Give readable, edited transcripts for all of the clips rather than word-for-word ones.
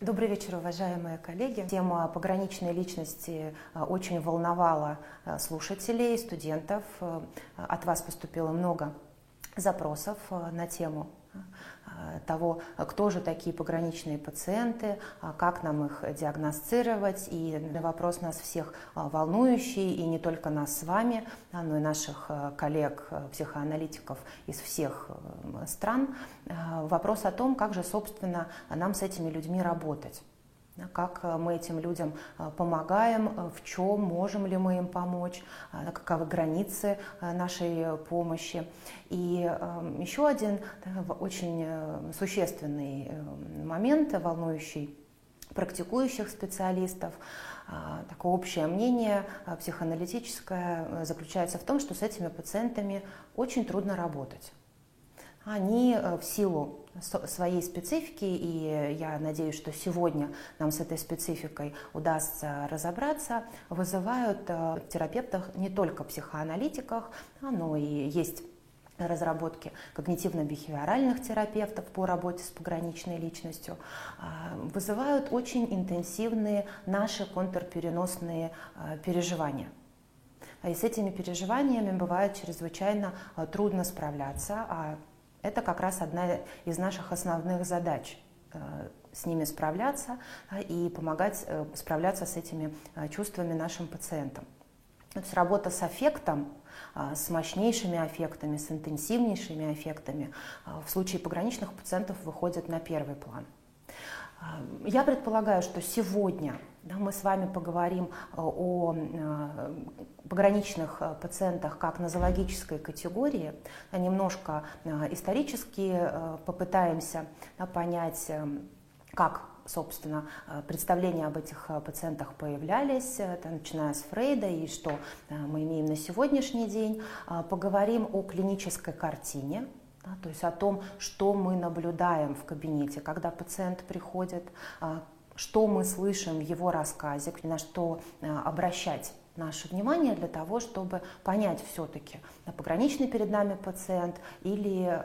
Добрый вечер, уважаемые коллеги. Тема пограничной личности очень волновала слушателей, студентов. От вас поступило много запросов на тему того, кто же такие пограничные пациенты, как нам их диагностировать. И вопрос нас всех волнующий, и не только нас с вами, но и наших коллег, психоаналитиков из всех стран. Вопрос о том, как же, собственно, нам с этими людьми работать. Как мы этим людям помогаем, в чем, можем ли мы им помочь, каковы границы нашей помощи. И еще один очень существенный момент, волнующий практикующих специалистов, такое общее мнение психоаналитическое заключается в том, что с этими пациентами очень трудно работать. Они в силу своей специфики, и я надеюсь, что сегодня нам с этой спецификой удастся разобраться, вызывают в терапевтах не только психоаналитиках, но и есть разработки когнитивно-бихевиоральных терапевтов по работе с пограничной личностью, вызывают очень интенсивные наши контрпереносные переживания. И с этими переживаниями бывает чрезвычайно трудно справляться, а это как раз одна из наших основных задач – с ними справляться и помогать справляться с этими чувствами нашим пациентам. То есть работа с аффектом, с мощнейшими аффектами, с интенсивнейшими аффектами в случае пограничных пациентов выходит на первый план. Я предполагаю, что сегодня мы с вами поговорим о пограничных пациентах как нозологической категории, немножко исторически попытаемся понять, как, собственно, представления об этих пациентах появлялись, начиная с Фрейда, и что мы имеем на сегодняшний день. Поговорим о клинической картине, то есть о том, что мы наблюдаем в кабинете, когда пациент приходит, что мы слышим в его рассказе, на что обращать наше внимание для того, чтобы понять все-таки, пограничный перед нами пациент или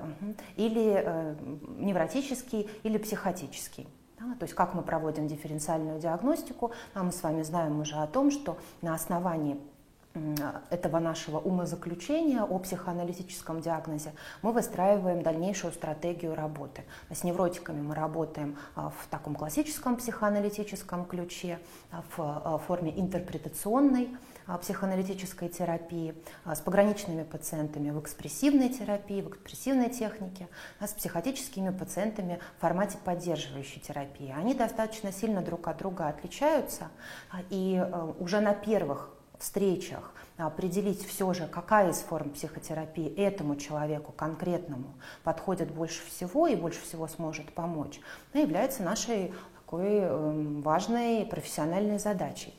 невротический, или психотический. То есть как мы проводим дифференциальную диагностику. Мы с вами знаем уже о том, что на основании этого нашего умозаключения о психоаналитическом диагнозе мы выстраиваем дальнейшую стратегию работы. С невротиками мы работаем в таком классическом психоаналитическом ключе, в форме интерпретационной психоаналитической терапии, с пограничными пациентами в экспрессивной терапии, в экспрессивной технике, с психотическими пациентами в формате поддерживающей терапии. Они достаточно сильно друг от друга отличаются, и уже на первых встречах определить все же, какая из форм психотерапии этому человеку конкретному подходит больше всего и больше всего сможет помочь, является нашей такой важной профессиональной задачей.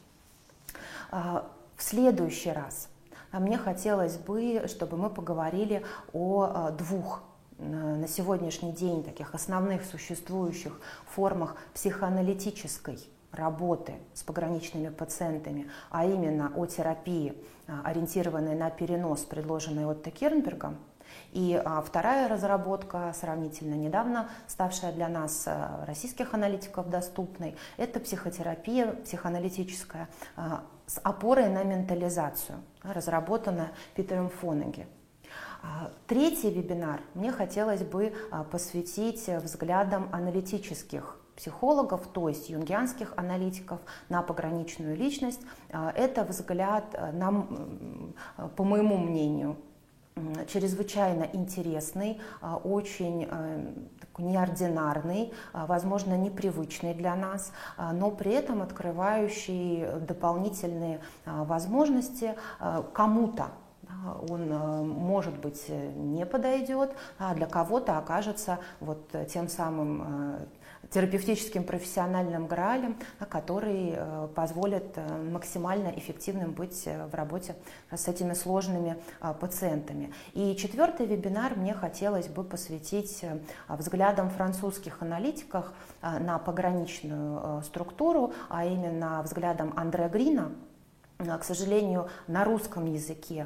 В следующий раз мне хотелось бы, чтобы мы поговорили о двух на сегодняшний день таких основных существующих формах психоаналитической работы с пограничными пациентами, а именно о терапии, ориентированной на перенос, предложенной Отто Кернбергом. И вторая разработка, сравнительно недавно ставшая для нас, российских аналитиков, доступной, это психотерапия психоаналитическая с опорой на ментализацию, разработанная Питером Фонеги. Третий вебинар мне хотелось бы посвятить взглядам аналитических психологов, то есть юнгианских аналитиков, на пограничную личность. Это взгляд нам, по моему мнению, чрезвычайно интересный, очень неординарный, возможно, непривычный для нас, но при этом открывающий дополнительные возможности кому-то. Он, может быть, не подойдет, а для кого-то окажется вот тем самым терапевтическим профессиональным граалем, который позволит максимально эффективным быть в работе с этими сложными пациентами. И четвертый вебинар мне хотелось бы посвятить взглядам французских аналитиков на пограничную структуру, а именно взглядам Андре Грина. К сожалению, на русском языке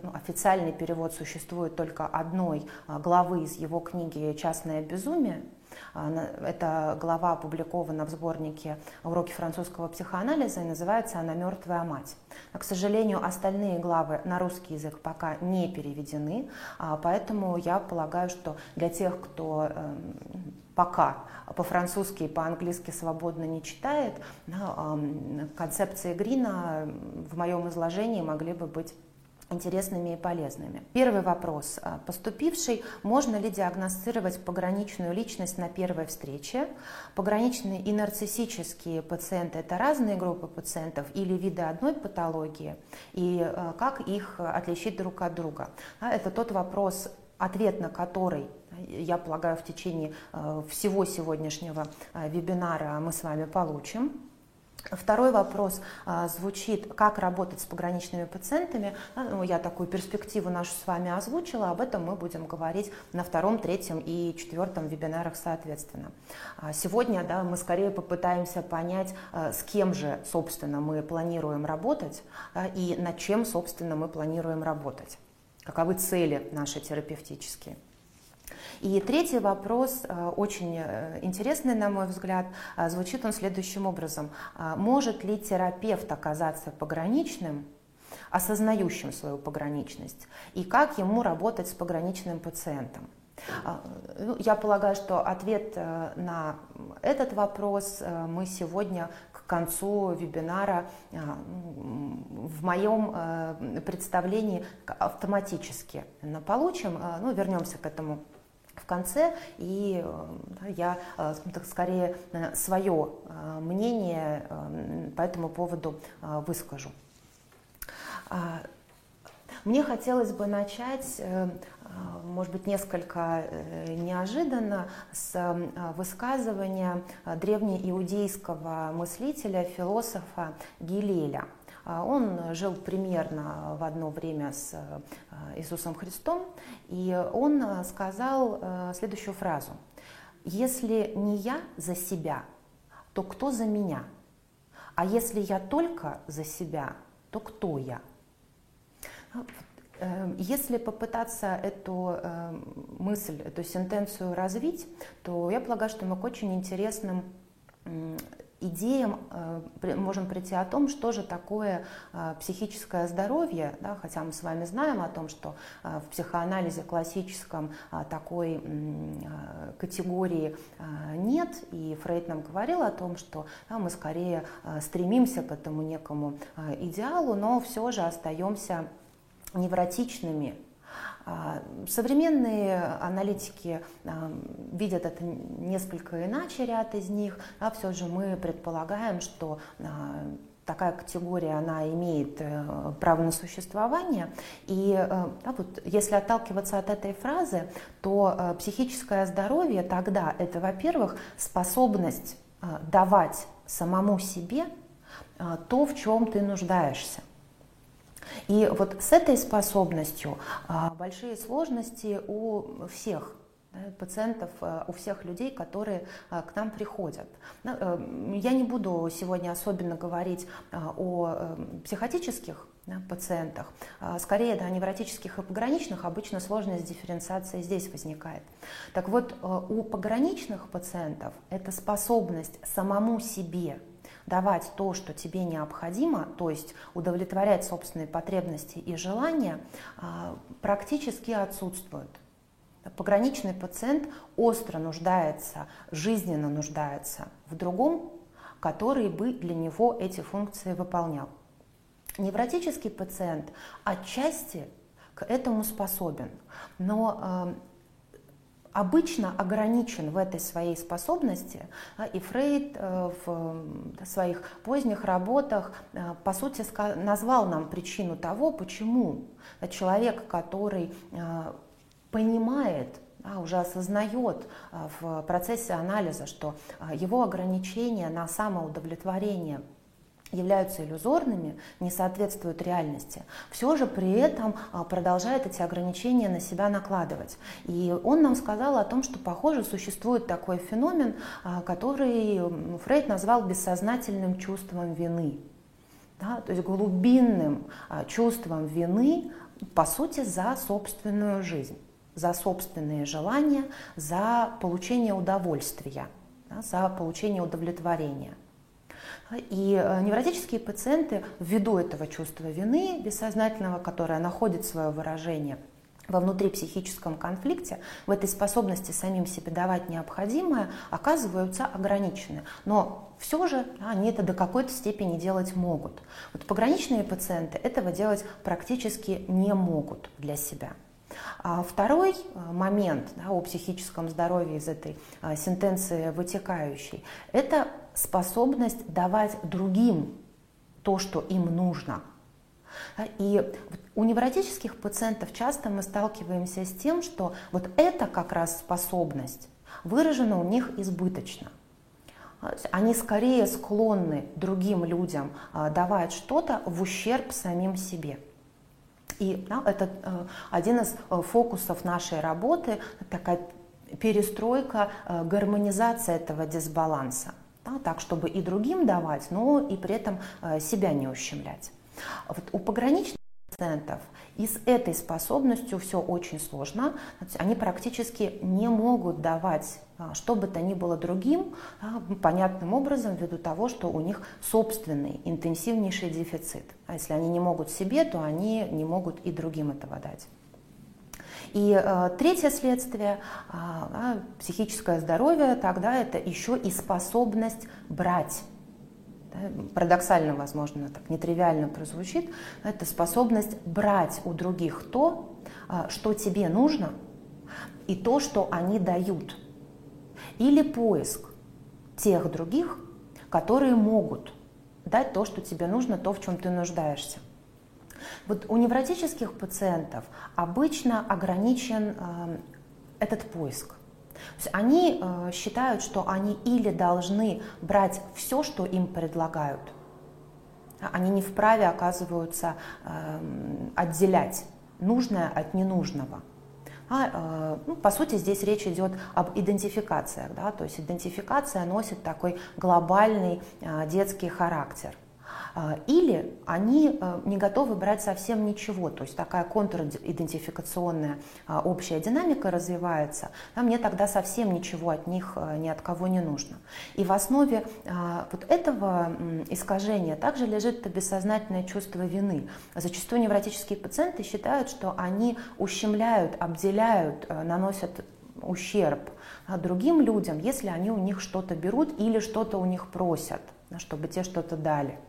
официальный перевод существует только одной главы из его книги «Частное безумие». Эта глава опубликована в сборнике «Уроки французского психоанализа» и называется она «Мертвая мать». К сожалению, остальные главы на русский язык пока не переведены, поэтому я полагаю, что для тех, кто пока по-французски и по-английски свободно не читает, концепции Грина в моем изложении могли бы быть интересными и полезными. Первый вопрос. Поступивший: можно ли диагностировать пограничную личность на первой встрече? Пограничные и нарциссические пациенты – это разные группы пациентов или виды одной патологии? И как их отличить друг от друга? Это тот вопрос, ответ на который, я полагаю, в течение всего сегодняшнего вебинара мы с вами получим. Второй вопрос звучит: как работать с пограничными пациентами? Я такую перспективу нашу с вами озвучила, об этом мы будем говорить на втором, третьем и четвертом вебинарах соответственно. Сегодня мы скорее попытаемся понять, с кем же, собственно, мы планируем работать и над чем, собственно, мы планируем работать. Каковы цели наши терапевтические. И третий вопрос, очень интересный, на мой взгляд, звучит он следующим образом. Может ли терапевт оказаться пограничным, осознающим свою пограничность, и как ему работать с пограничным пациентом? Я полагаю, что ответ на этот вопрос мы сегодня к концу вебинара в моем представлении автоматически получим. Вернемся к этому в конце, и я скорее свое мнение по этому поводу выскажу. Мне хотелось бы начать, может быть, несколько неожиданно, с высказывания древнеиудейского мыслителя, философа Гилеля. Он жил примерно в одно время с Иисусом Христом, и он сказал следующую фразу: «Если не я за себя, то кто за меня? А если я только за себя, то кто я?» Если попытаться эту мысль, эту сентенцию развить, то я полагаю, что мы к очень интересным идеям можем прийти о том, что же такое психическое здоровье, хотя мы с вами знаем о том, что в психоанализе классическом такой категории нет, и Фрейд нам говорил о том, что мы скорее стремимся к этому некому идеалу, но все же остаемся невротичными. Современные аналитики видят это несколько иначе, ряд из них, а все же мы предполагаем, что такая категория, она имеет право на существование. И если отталкиваться от этой фразы, то психическое здоровье тогда это, во-первых, способность давать самому себе то, в чем ты нуждаешься. И вот с этой способностью большие сложности у всех пациентов, у всех людей, которые к нам приходят. Я не буду сегодня особенно говорить о психотических пациентах, скорее невротических и пограничных. Обычно сложность дифференциации здесь возникает. Так вот, у пограничных пациентов эта способность самому себе давать то, что тебе необходимо, то есть удовлетворять собственные потребности и желания, практически отсутствует. Пограничный пациент остро нуждается, жизненно нуждается в другом, который бы для него эти функции выполнял. Невротический пациент отчасти к этому способен, но обычно ограничен в этой своей способности, и Фрейд в своих поздних работах, по сути, назвал нам причину того, почему человек, который понимает, уже осознает в процессе анализа, что его ограничения на самоудовлетворение являются иллюзорными, не соответствуют реальности, все же при этом продолжает эти ограничения на себя накладывать. И он нам сказал о том, что, похоже, существует такой феномен, который Фрейд назвал бессознательным чувством вины. То есть глубинным чувством вины, по сути, за собственную жизнь, за собственные желания, за получение удовольствия, да, за получение удовлетворения. И невротические пациенты ввиду этого чувства вины бессознательного, которое находит свое выражение во внутрипсихическом конфликте, в этой способности самим себе давать необходимое, оказываются ограничены. Но все же они это до какой-то степени делать могут. Вот пограничные пациенты этого делать практически не могут для себя. А второй момент, да, о психическом здоровье из этой сентенции вытекающей, это способность давать другим то, что им нужно. И у невротических пациентов часто мы сталкиваемся с тем, что вот эта как раз способность выражена у них избыточно. Они скорее склонны другим людям давать что-то в ущерб самим себе. И да, это один из фокусов нашей работы, такая перестройка, гармонизация этого дисбаланса. Да, так, чтобы и другим давать, но и при этом себя не ущемлять. Вот у пограничных пациентов и с этой способностью все очень сложно. Они практически не могут давать что бы то ни было другим, понятным образом, ввиду того, что у них собственный интенсивнейший дефицит. А если они не могут себе, то они не могут и другим этого дать. И третье следствие, психическое здоровье, тогда это еще и способность брать. Парадоксально, возможно, так нетривиально прозвучит, это способность брать у других то, что тебе нужно, и то, что они дают. Или поиск тех других, которые могут дать то, что тебе нужно, то, в чем ты нуждаешься. Вот у невротических пациентов обычно ограничен этот поиск. То есть они считают, что они или должны брать все, что им предлагают, они не вправе оказываются отделять нужное от ненужного. По сути, здесь речь идет об идентификациях, да? То есть идентификация носит такой глобальный детский характер. Или они не готовы брать совсем ничего, то есть такая контридентификационная общая динамика развивается, а мне тогда совсем ничего от них ни от кого не нужно. И в основе вот этого искажения также лежит это бессознательное чувство вины. Зачастую невротические пациенты считают, что они ущемляют, обделяют, наносят ущерб другим людям, если они у них что-то берут или что-то у них просят, чтобы те что-то дали.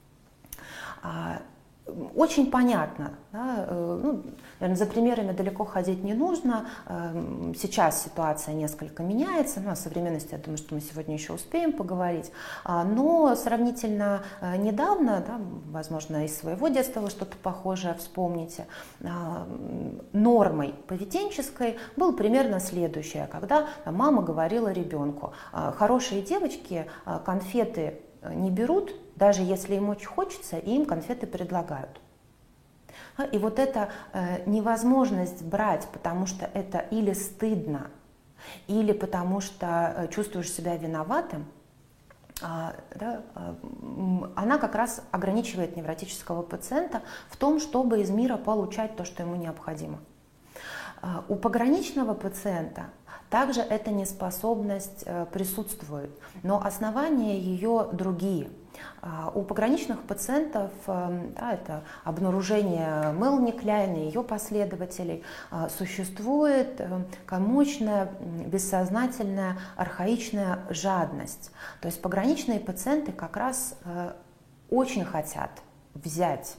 Очень понятно, да, наверное, за примерами далеко ходить не нужно. Сейчас ситуация несколько меняется, о современности, я думаю, что мы сегодня еще успеем поговорить, но сравнительно недавно, да, возможно, из своего детства вы что-то похожее вспомните, нормой поведенческой было примерно следующее, когда мама говорила ребенку: хорошие девочки конфеты не берут, даже если им очень хочется, и им конфеты предлагают. И вот эта невозможность брать, потому что это или стыдно, или потому что чувствуешь себя виноватым, да, она как раз ограничивает невротического пациента в том, чтобы из мира получать то, что ему необходимо. У пограничного пациента также эта неспособность присутствует, но основания ее другие. У пограничных пациентов, да, это обнаружение Мелани Кляйн и ее последователей, существует мощная, бессознательная, архаичная жадность. То есть пограничные пациенты как раз очень хотят взять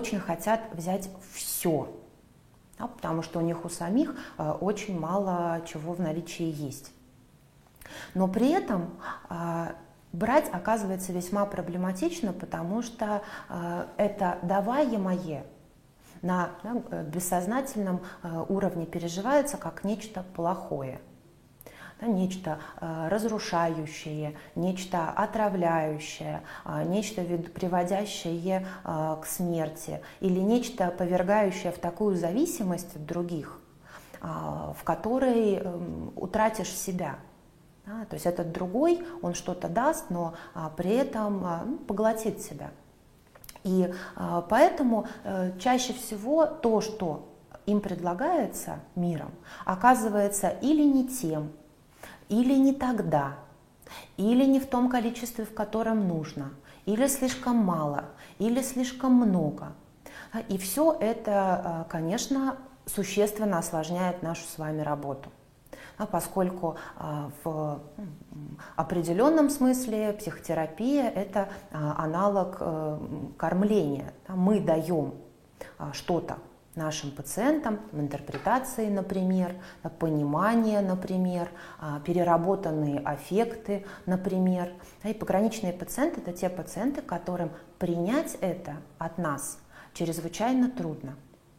все. Да, потому что у них у самих очень мало чего в наличии есть. Но при этом брать оказывается весьма проблематично, потому что это даваемое на бессознательном уровне переживается как нечто плохое. Да, нечто разрушающее, нечто отравляющее, нечто приводящее к смерти или нечто повергающее в такую зависимость от других, в которой утратишь себя. Да, то есть этот другой, он что-то даст, но при этом поглотит себя. И поэтому чаще всего то, что им предлагается миром, оказывается или не тем, или не тогда, или не в том количестве, в котором нужно, или слишком мало, или слишком много. И все это, конечно, существенно осложняет нашу с вами работу. Поскольку в определенном смысле психотерапия – это аналог кормления. Мы даем что-то нашим пациентам в интерпретации, например, понимание, например, переработанные аффекты, например. И пограничные пациенты – это те пациенты, которым принять это от нас чрезвычайно трудно.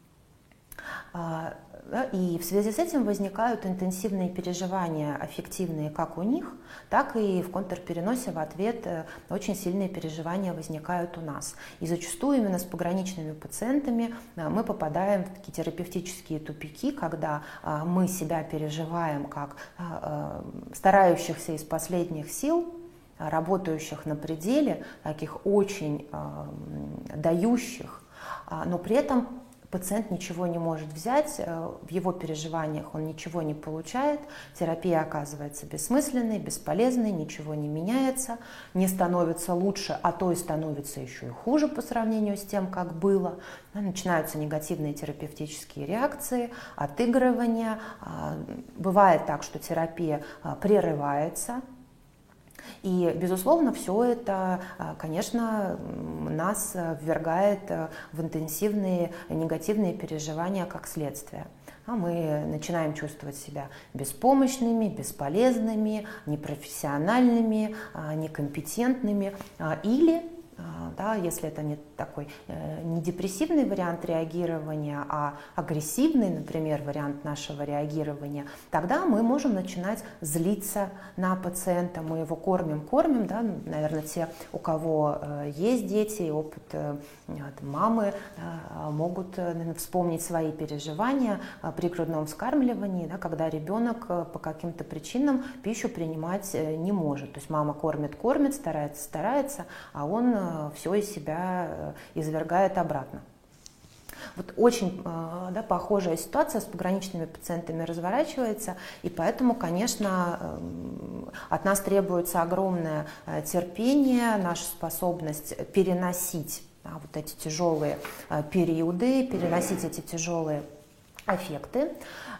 И в связи с этим возникают интенсивные переживания аффективные как у них, так и в контрпереносе в ответ очень сильные переживания возникают у нас. И зачастую именно с пограничными пациентами мы попадаем в такие терапевтические тупики, когда мы себя переживаем как старающихся из последних сил, работающих на пределе, таких очень дающих, но при этом пациент ничего не может взять, в его переживаниях он ничего не получает, терапия оказывается бессмысленной, бесполезной, ничего не меняется, не становится лучше, а то и становится еще и хуже по сравнению с тем, как было. Начинаются негативные терапевтические реакции, отыгрывания. Бывает так, что терапия прерывается. И, безусловно, все это, конечно, нас ввергает в интенсивные негативные переживания как следствие. Мы начинаем чувствовать себя беспомощными, бесполезными, непрофессиональными, некомпетентными или, да, если это не такой не депрессивный вариант реагирования, а агрессивный, например, вариант нашего реагирования, тогда мы можем начинать злиться на пациента. Мы его кормим, да, наверное, те, у кого есть дети, опыт мамы, могут вспомнить свои переживания при грудном вскармливании, да, когда ребенок по каким-то причинам пищу принимать не может. То есть мама кормит, старается, а он все из себя извергает обратно. Вот очень похожая ситуация с пограничными пациентами разворачивается, и поэтому, конечно, от нас требуется огромное терпение, наша способность переносить вот эти тяжелые периоды, переносить эти тяжелые аффекты.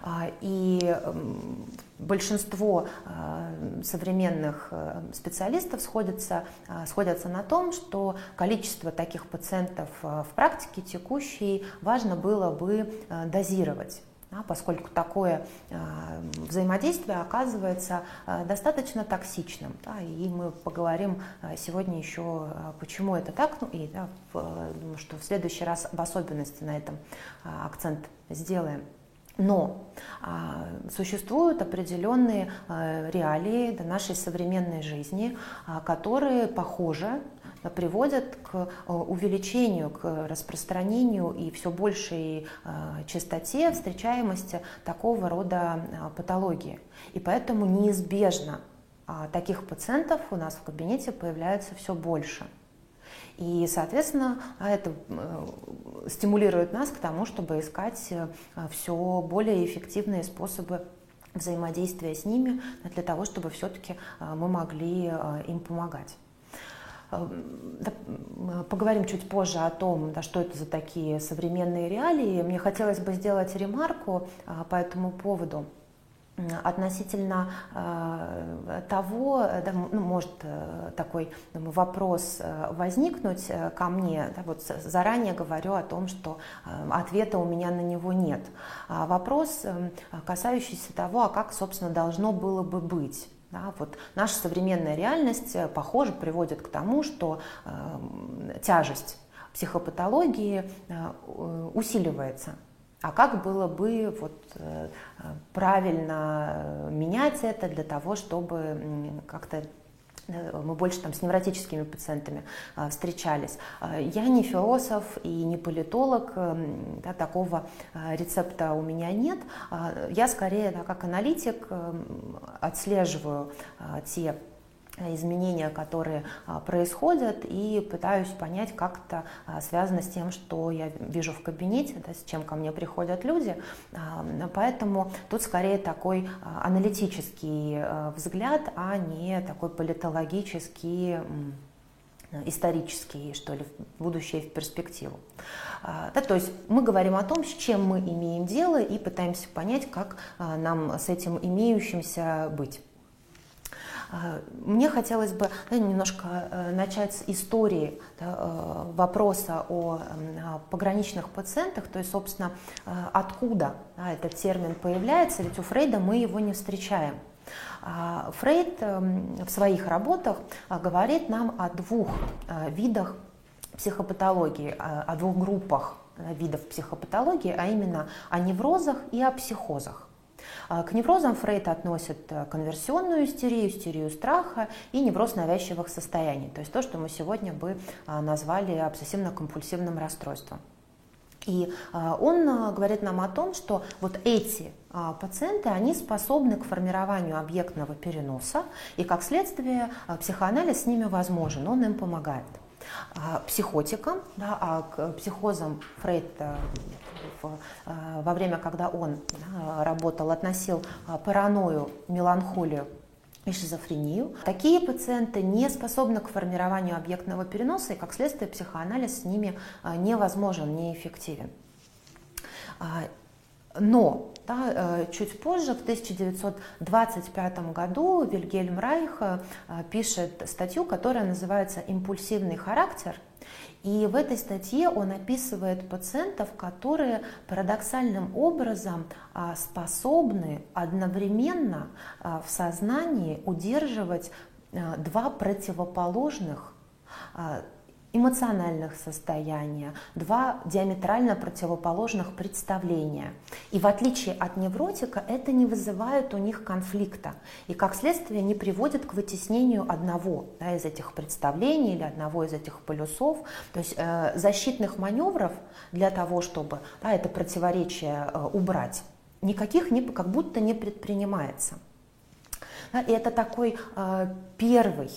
И большинство современных специалистов сходятся на том, что количество таких пациентов в практике текущей важно было бы дозировать. Поскольку такое взаимодействие оказывается достаточно токсичным. И мы поговорим сегодня еще, почему это так, и думаю, что в следующий раз об особенности на этом акцент сделаем. Но существуют определенные реалии нашей современной жизни, которые, похоже, приводят к увеличению, к распространению и все большей частоте встречаемости такого рода патологии. И поэтому неизбежно таких пациентов у нас в кабинете появляется все больше. И, соответственно, это стимулирует нас к тому, чтобы искать все более эффективные способы взаимодействия с ними для того, чтобы все-таки мы могли им помогать. Поговорим чуть позже о том, что это за такие современные реалии. Мне хотелось бы сделать ремарку по этому поводу. Относительно того, может такой вопрос возникнуть ко мне, вот заранее говорю о том, что ответа у меня на него нет. Вопрос, касающийся того, а как, собственно, должно было бы быть. Вот наша современная реальность, похоже, приводит к тому, что тяжесть психопатологии усиливается. А как было бы правильно менять это для того, чтобы как-то мы больше с невротическими пациентами встречались. Я не философ и не политолог, такого рецепта у меня нет. Я скорее как аналитик отслеживаю те изменения, которые происходят, и пытаюсь понять, как это связано с тем, что я вижу в кабинете, да, с чем ко мне приходят люди. Поэтому тут скорее такой аналитический взгляд, а не такой политологический, исторический, что ли, в будущее, в перспективу. Да, то есть мы говорим о том, с чем мы имеем дело, и пытаемся понять, как нам с этим имеющимся быть. Мне хотелось бы немножко начать с истории, да, вопроса о пограничных пациентах, то есть, собственно, откуда, да, этот термин появляется, ведь у Фрейда мы его не встречаем. Фрейд в своих работах говорит нам о двух видах психопатологии, о двух группах видов психопатологии, а именно о неврозах и о психозах. К неврозам Фрейд относит конверсионную истерию, истерию страха и невроз навязчивых состояний, то есть то, что мы сегодня бы назвали обсессивно-компульсивным расстройством. И он говорит нам о том, что вот эти пациенты, они способны к формированию объектного переноса, и как следствие психоанализ с ними возможен, он им помогает. Психотикам, да, а к психозам Фрейд во время, когда он работал, относил паранойю, меланхолию и шизофрению. Такие пациенты не способны к формированию объектного переноса, и как следствие психоанализ с ними невозможен, неэффективен. Но чуть позже, в 1925 году, Вильгельм Райх пишет статью, которая называется «Импульсивный характер». И в этой статье он описывает пациентов, которые парадоксальным образом способны одновременно в сознании удерживать два противоположных эмоциональных состояния, два диаметрально противоположных представления. И в отличие от невротика, это не вызывает у них конфликта. И как следствие не приводит к вытеснению одного, да, из этих представлений или одного из этих полюсов. То есть защитных маневров для того, чтобы, да, это противоречие убрать, никаких как будто не предпринимается. И это такой первая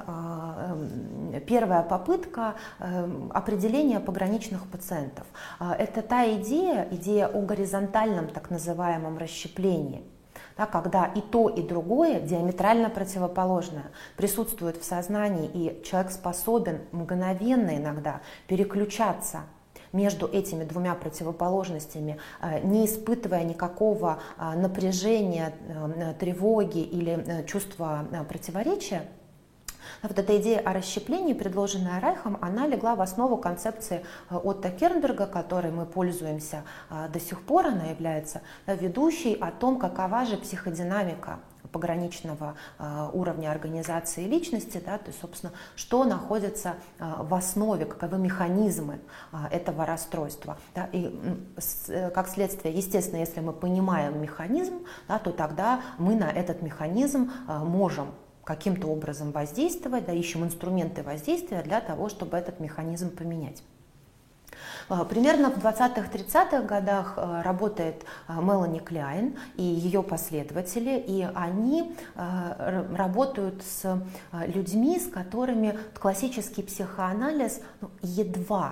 попытка определения пограничных пациентов. Это та идея о горизонтальном так называемом расщеплении, да, когда и то, и другое диаметрально противоположное присутствует в сознании, и человек способен мгновенно иногда переключаться между этими двумя противоположностями, не испытывая никакого напряжения, тревоги или чувства противоречия. Вот эта идея о расщеплении, предложенная Райхом, она легла в основу концепции Отто Кернберга, которой мы пользуемся до сих пор. Она является ведущей о том, какова же психодинамика пограничного уровня организации личности, да, то есть, собственно, что находится в основе, каковы механизмы этого расстройства. Да, и как следствие, естественно, если мы понимаем механизм, да, то тогда мы на этот механизм можем каким-то образом воздействовать, да, ищем инструменты воздействия для того, чтобы этот механизм поменять. Примерно в 20-30-х годах работает Мелани Кляйн и ее последователи, и они работают с людьми, с которыми классический психоанализ едва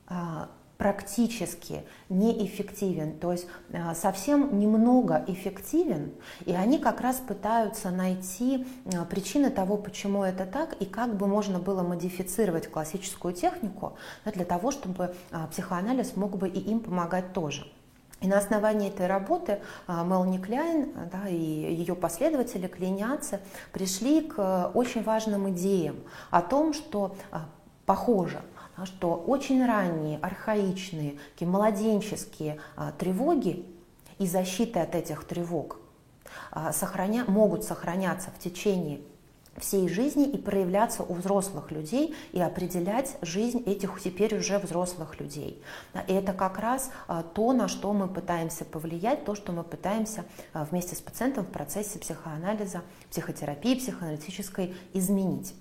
практически неэффективен, то есть совсем немного эффективен, и они как раз пытаются найти причины того, почему это так, и как бы можно было модифицировать классическую технику для того, чтобы психоанализ мог бы и им помогать тоже. И на основании этой работы Мелани Кляйн, да, и ее последователи, клейнианцы, пришли к очень важным идеям о том, что похоже, что очень ранние, архаичные, такие младенческие тревоги и защиты от этих тревог могут сохраняться в течение всей жизни и проявляться у взрослых людей и определять жизнь этих теперь уже взрослых людей. И это как раз то, на что мы пытаемся повлиять, то, что мы пытаемся вместе с пациентом в процессе психоанализа, психотерапии, психоаналитической изменить.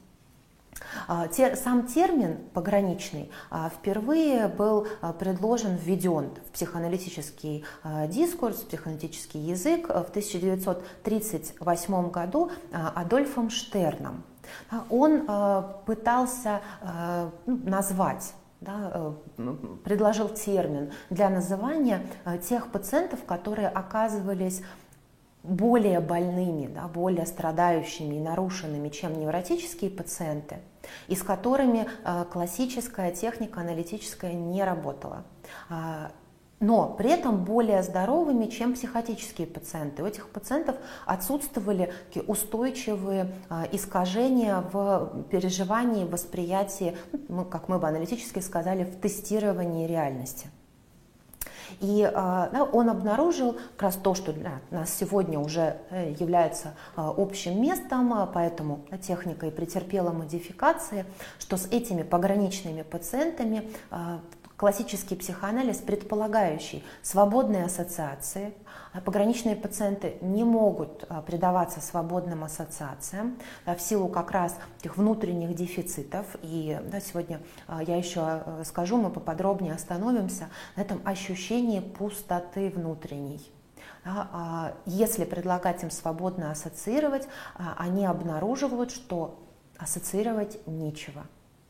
Сам термин «пограничный» впервые был предложен, введен в психоаналитический дискурс, в психоаналитический язык в 1938 году Адольфом Штерном. Он пытался назвать, предложил термин для называния тех пациентов, которые оказывались более больными, более страдающими и нарушенными, чем невротические пациенты, и с которыми классическая техника аналитическая не работала, но при этом более здоровыми, чем психотические пациенты. У этих пациентов отсутствовали такие устойчивые искажения в переживании, восприятии, как мы бы аналитически сказали, в тестировании реальности. И он обнаружил как раз то, что для нас сегодня уже является общим местом, поэтому техника и претерпела модификации, что с этими пограничными пациентами классический психоанализ, предполагающий свободные ассоциации. Пограничные пациенты не могут предаваться свободным ассоциациям в силу как раз этих внутренних дефицитов. И сегодня я еще скажу, мы поподробнее остановимся на этом ощущении пустоты внутренней. Если предлагать им свободно ассоциировать, они обнаруживают, что ассоциировать нечего.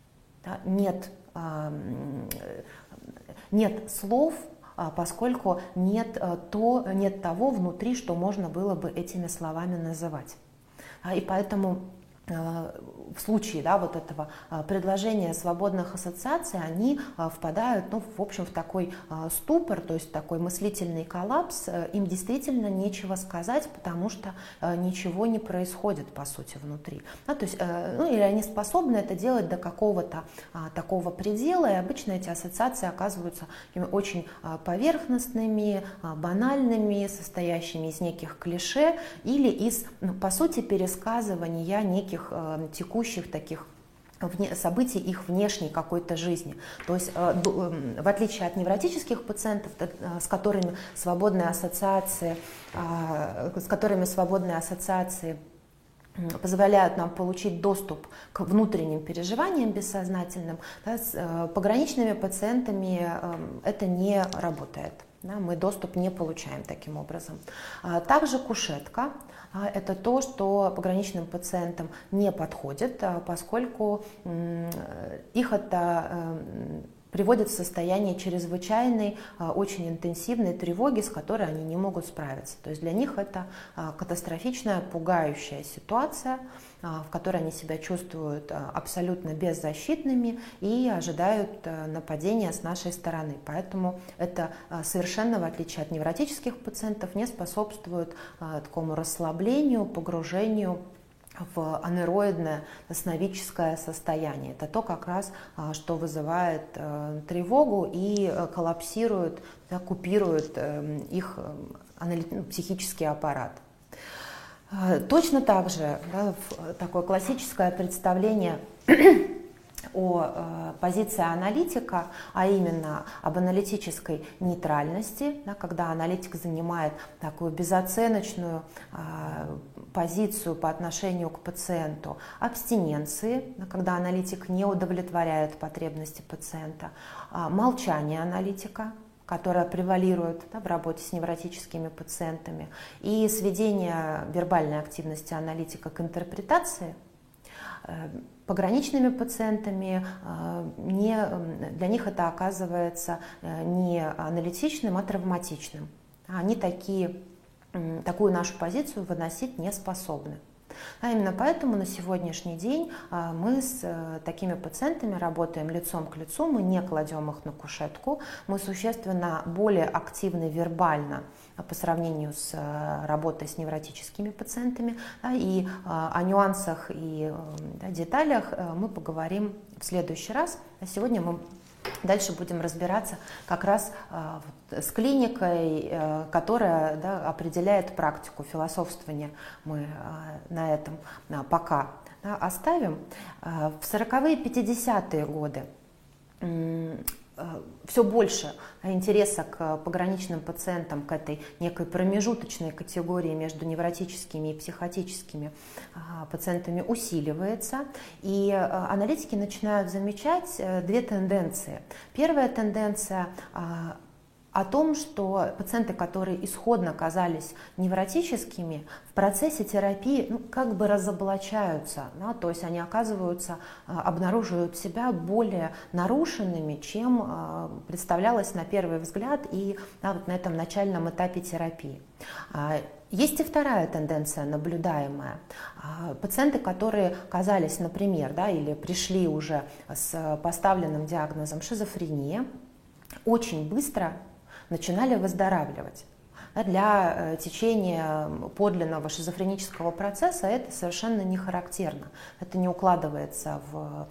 Нет слов, поскольку нет того внутри, что можно было бы этими словами называть. И поэтому в случае этого предложения свободных ассоциаций они впадают в общем, в такой ступор, то есть такой мыслительный коллапс. Им действительно нечего сказать, потому что ничего не происходит по сути внутри. То есть, или они способны это делать до какого-то такого предела, и обычно эти ассоциации оказываются очень поверхностными, банальными, состоящими из неких клише или из, по сути, пересказывания неких текущих таких событий их внешней какой-то жизни. То есть, в отличие от невротических пациентов, с которыми свободные ассоциации позволяют нам получить доступ к внутренним переживаниям бессознательным, с пограничными пациентами это не работает. Мы доступ не получаем таким образом. Также кушетка. Это то, что пограничным пациентам не подходит, поскольку их это приводит в состояние чрезвычайной, очень интенсивной тревоги, с которой они не могут справиться. То есть для них это катастрофичная, пугающая ситуация, в которой они себя чувствуют абсолютно беззащитными и ожидают нападения с нашей стороны. Поэтому это совершенно, в отличие от невротических пациентов, не способствует такому расслаблению, погружению в анероидное сновидческое состояние. Это то как раз, что вызывает тревогу и коллапсирует, купирует их психический аппарат. Точно так же такое классическое представление о позиции аналитика, а именно об аналитической нейтральности, когда аналитик занимает такую безоценочную позицию по отношению к пациенту, абстиненции, когда аналитик не удовлетворяет потребности пациента, молчание аналитика, которая превалирует в работе с невротическими пациентами, и сведение вербальной активности аналитика к интерпретации. Пограничными пациентами для них это оказывается не аналитичным, а травматичным. Они такую нашу позицию выносить не способны. Именно поэтому на сегодняшний день мы с такими пациентами работаем лицом к лицу, мы не кладем их на кушетку, мы существенно более активны вербально по сравнению с работой с невротическими пациентами, и о нюансах и деталях мы поговорим в следующий раз. А сегодня мы дальше будем разбираться как раз с клиникой, которая определяет практику философствования. Мы на этом пока оставим. В 40-е, 50-е годы все больше интереса к пограничным пациентам, к этой некой промежуточной категории между невротическими и психотическими пациентами усиливается. И аналитики начинают замечать две тенденции. Первая тенденция о том, что пациенты, которые исходно казались невротическими, в процессе терапии как бы разоблачаются, да, то есть они оказываются, обнаруживают себя более нарушенными, чем представлялось на первый взгляд и вот на этом начальном этапе терапии. Есть и вторая тенденция наблюдаемая. Пациенты, которые казались, например, или пришли уже с поставленным диагнозом шизофрения, очень быстро начинали выздоравливать. Для течения подлинного шизофренического процесса это совершенно не характерно. Это не укладывается в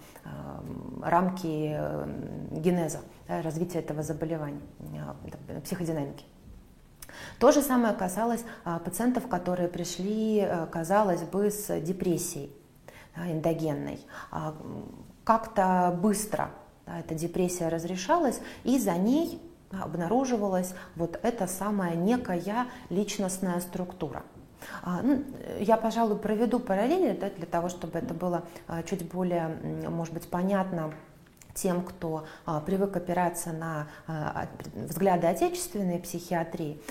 рамки генеза, развития этого заболевания, психодинамики. То же самое касалось пациентов, которые пришли, казалось бы, с депрессией эндогенной. Как-то быстро эта депрессия разрешалась, и за ней обнаруживалась вот эта самая некая личностная структура. Я, пожалуй, проведу параллели для того, чтобы это было чуть более, может быть, понятно тем, кто привык опираться на взгляды отечественной психиатрии.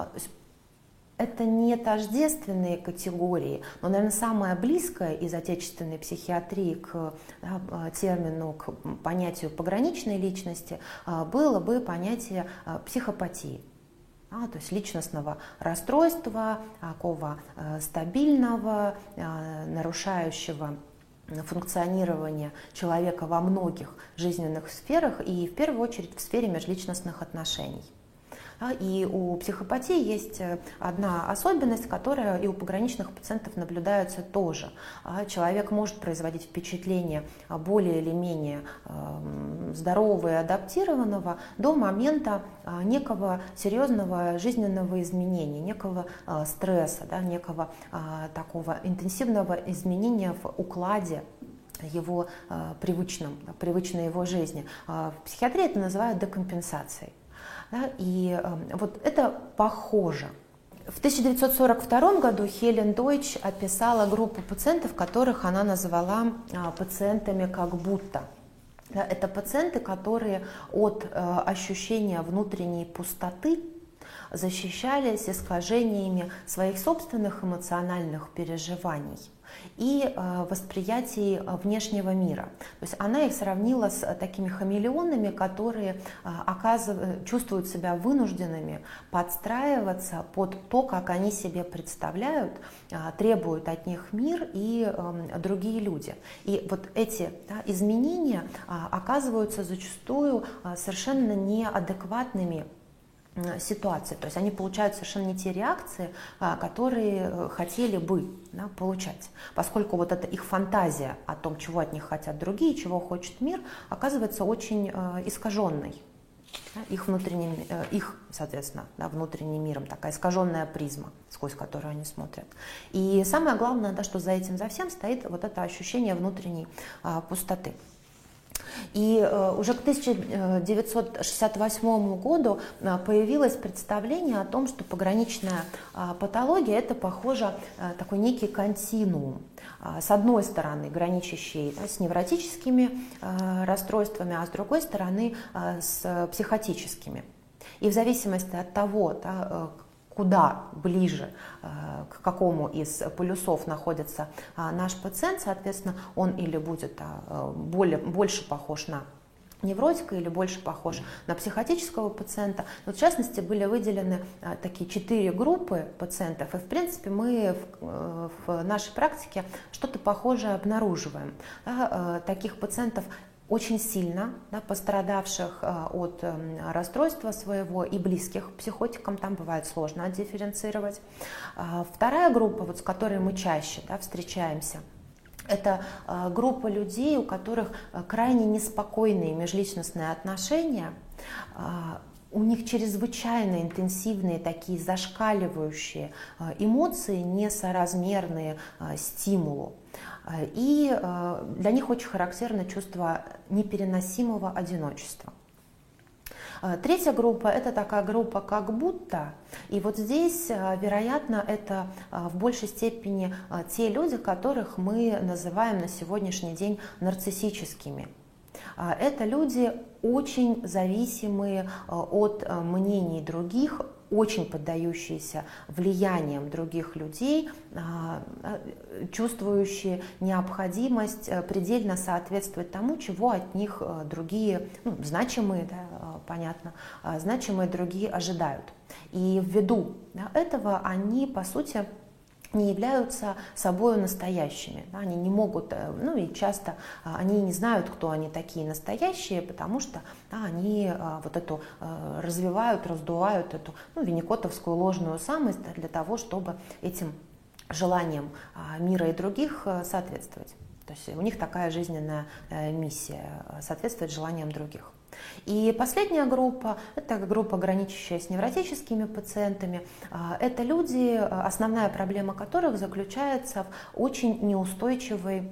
Это не тождественные категории, но, наверное, самое близкое из отечественной психиатрии к термину, к понятию пограничной личности было бы понятие психопатии. То есть личностного расстройства, такого стабильного, нарушающего функционирование человека во многих жизненных сферах и в первую очередь в сфере межличностных отношений. И у психопатии есть одна особенность, которая и у пограничных пациентов наблюдается тоже. Человек может производить впечатление более или менее здорового и адаптированного до момента некого серьезного жизненного изменения, некого стресса, некого такого интенсивного изменения в укладе его привычной его жизни. В психиатрии это называют декомпенсацией. И вот это похоже. В 1942 году Хелен Дойч описала группу пациентов, которых она назвала пациентами как будто. Это пациенты, которые от ощущения внутренней пустоты защищались искажениями своих собственных эмоциональных переживаний и восприятий внешнего мира. То есть она их сравнила с такими хамелеонами, которые чувствуют себя вынужденными подстраиваться под то, как они себе представляют, требуют от них мир и другие люди. И вот эти изменения оказываются зачастую совершенно неадекватными ситуации, то есть они получают совершенно не те реакции, которые хотели бы получать, поскольку вот эта их фантазия о том, чего от них хотят другие, чего хочет мир, оказывается очень искаженной. Их, соответственно, внутренним миром, такая искаженная призма, сквозь которую они смотрят. И самое главное, что за этим, за всем стоит вот это ощущение внутренней пустоты. И уже к 1968 году появилось представление о том, что пограничная патология – это, похоже, такой некий континуум. С одной стороны, граничащий с невротическими расстройствами, а с другой стороны, с психотическими. И в зависимости от того, куда ближе, к какому из полюсов находится наш пациент, соответственно, он или будет больше похож на невротика или больше похож на психотического пациента. Но в частности были выделены такие 4 группы пациентов, и в принципе мы в нашей практике что-то похожее обнаруживаем. Таких пациентов очень сильно пострадавших от расстройства своего и близких психотикам, там бывает сложно отдифференцировать. Вторая группа, с которой мы чаще встречаемся, это группа людей, у которых крайне неспокойные межличностные отношения, у них чрезвычайно интенсивные, такие зашкаливающие эмоции, несоразмерные стимулу. И для них очень характерно чувство непереносимого одиночества. Третья группа – это такая группа как будто, и вот здесь, вероятно, это в большей степени те люди, которых мы называем на сегодняшний день нарциссическими. Это люди очень зависимые от мнений других, очень поддающиеся влиянием других людей, чувствующие необходимость предельно соответствовать тому, чего от них другие, значимые, да, понятно, значимые другие ожидают. И ввиду этого они, по сути, не являются собой настоящими. Они не могут, и часто они не знают, кто они такие настоящие, потому что они вот эту развивают, раздувают эту винникотовскую ложную самость для того, чтобы этим желаниям мира и других соответствовать. То есть у них такая жизненная миссия – соответствовать желаниям других. И последняя группа – это группа, граничащая с невротическими пациентами. Это люди, основная проблема которых заключается в очень неустойчивой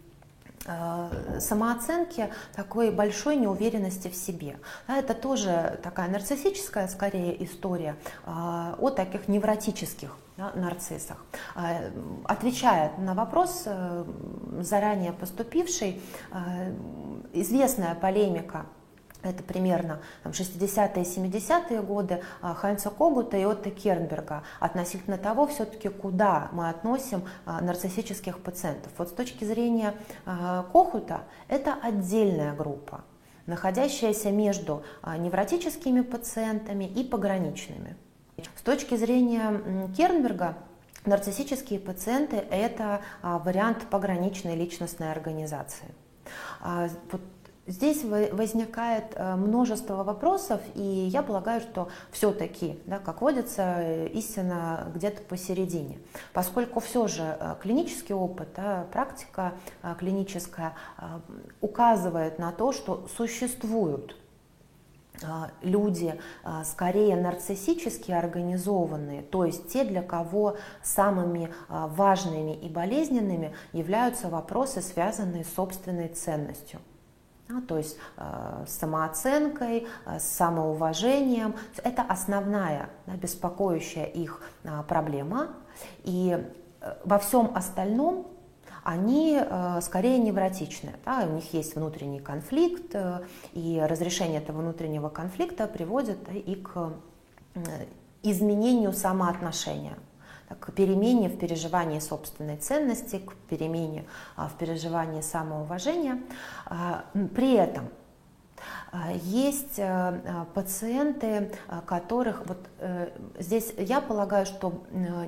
самооценке, такой большой неуверенности в себе. Это тоже такая нарциссическая, скорее, история о таких невротических нарциссах. Отвечая на вопрос, заранее поступивший, известная полемика. Это примерно 60-е и 70-е годы Хайнца Когута и Отто Кернберга относительно того, все-таки куда мы относим нарциссических пациентов. Вот с точки зрения Когута это отдельная группа, находящаяся между невротическими пациентами и пограничными. С точки зрения Кернберга нарциссические пациенты – это вариант пограничной личностной организации. Здесь возникает множество вопросов, и я полагаю, что все-таки, как водится, истина где-то посередине. Поскольку все же клинический опыт, практика клиническая указывает на то, что существуют люди скорее нарциссически организованные, то есть те, для кого самыми важными и болезненными являются вопросы, связанные с собственной ценностью. То есть с самооценкой, с самоуважением. Это основная беспокоящая их проблема. И во всем остальном они скорее невротичны. У них есть внутренний конфликт, и разрешение этого внутреннего конфликта приводит и к изменению самоотношения, к перемене в переживании собственной ценности, к перемене в переживании самоуважения. При этом есть пациенты, которых здесь я полагаю, что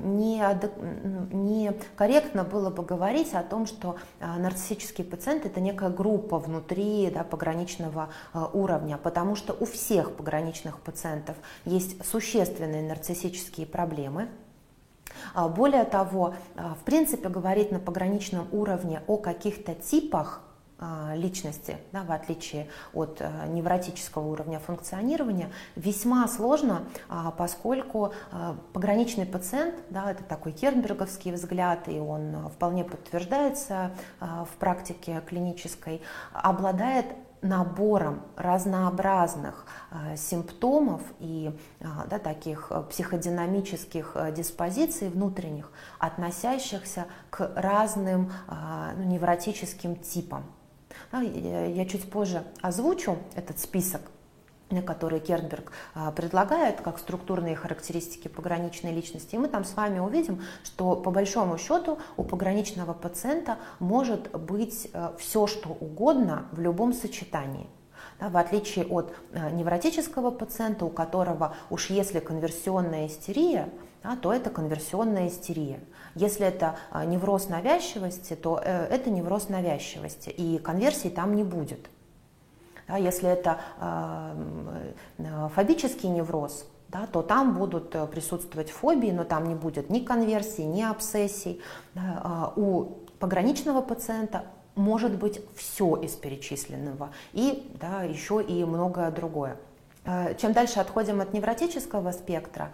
некорректно было бы говорить о том, что нарциссический пациент это некая группа внутри пограничного уровня, потому что у всех пограничных пациентов есть существенные нарциссические проблемы. Более того, в принципе, говорить на пограничном уровне о каких-то типах личности, в отличие от невротического уровня функционирования, весьма сложно, поскольку пограничный пациент, это такой кернберговский взгляд, и он вполне подтверждается в практике клинической, обладает набором разнообразных симптомов и таких психодинамических диспозиций внутренних, относящихся к разным невротическим типам. Я чуть позже озвучу этот список, который Кернберг предлагает как структурные характеристики пограничной личности. И мы там с вами увидим, что по большому счету у пограничного пациента может быть все, что угодно в любом сочетании. В отличие от невротического пациента, у которого уж если конверсионная истерия, то это конверсионная истерия. Если это невроз навязчивости, то это невроз навязчивости, и конверсии там не будет. Если это фобический невроз, то там будут присутствовать фобии, но там не будет ни конверсий, ни обсессий. У пограничного пациента может быть все из перечисленного, и еще и многое другое. Чем дальше отходим от невротического спектра,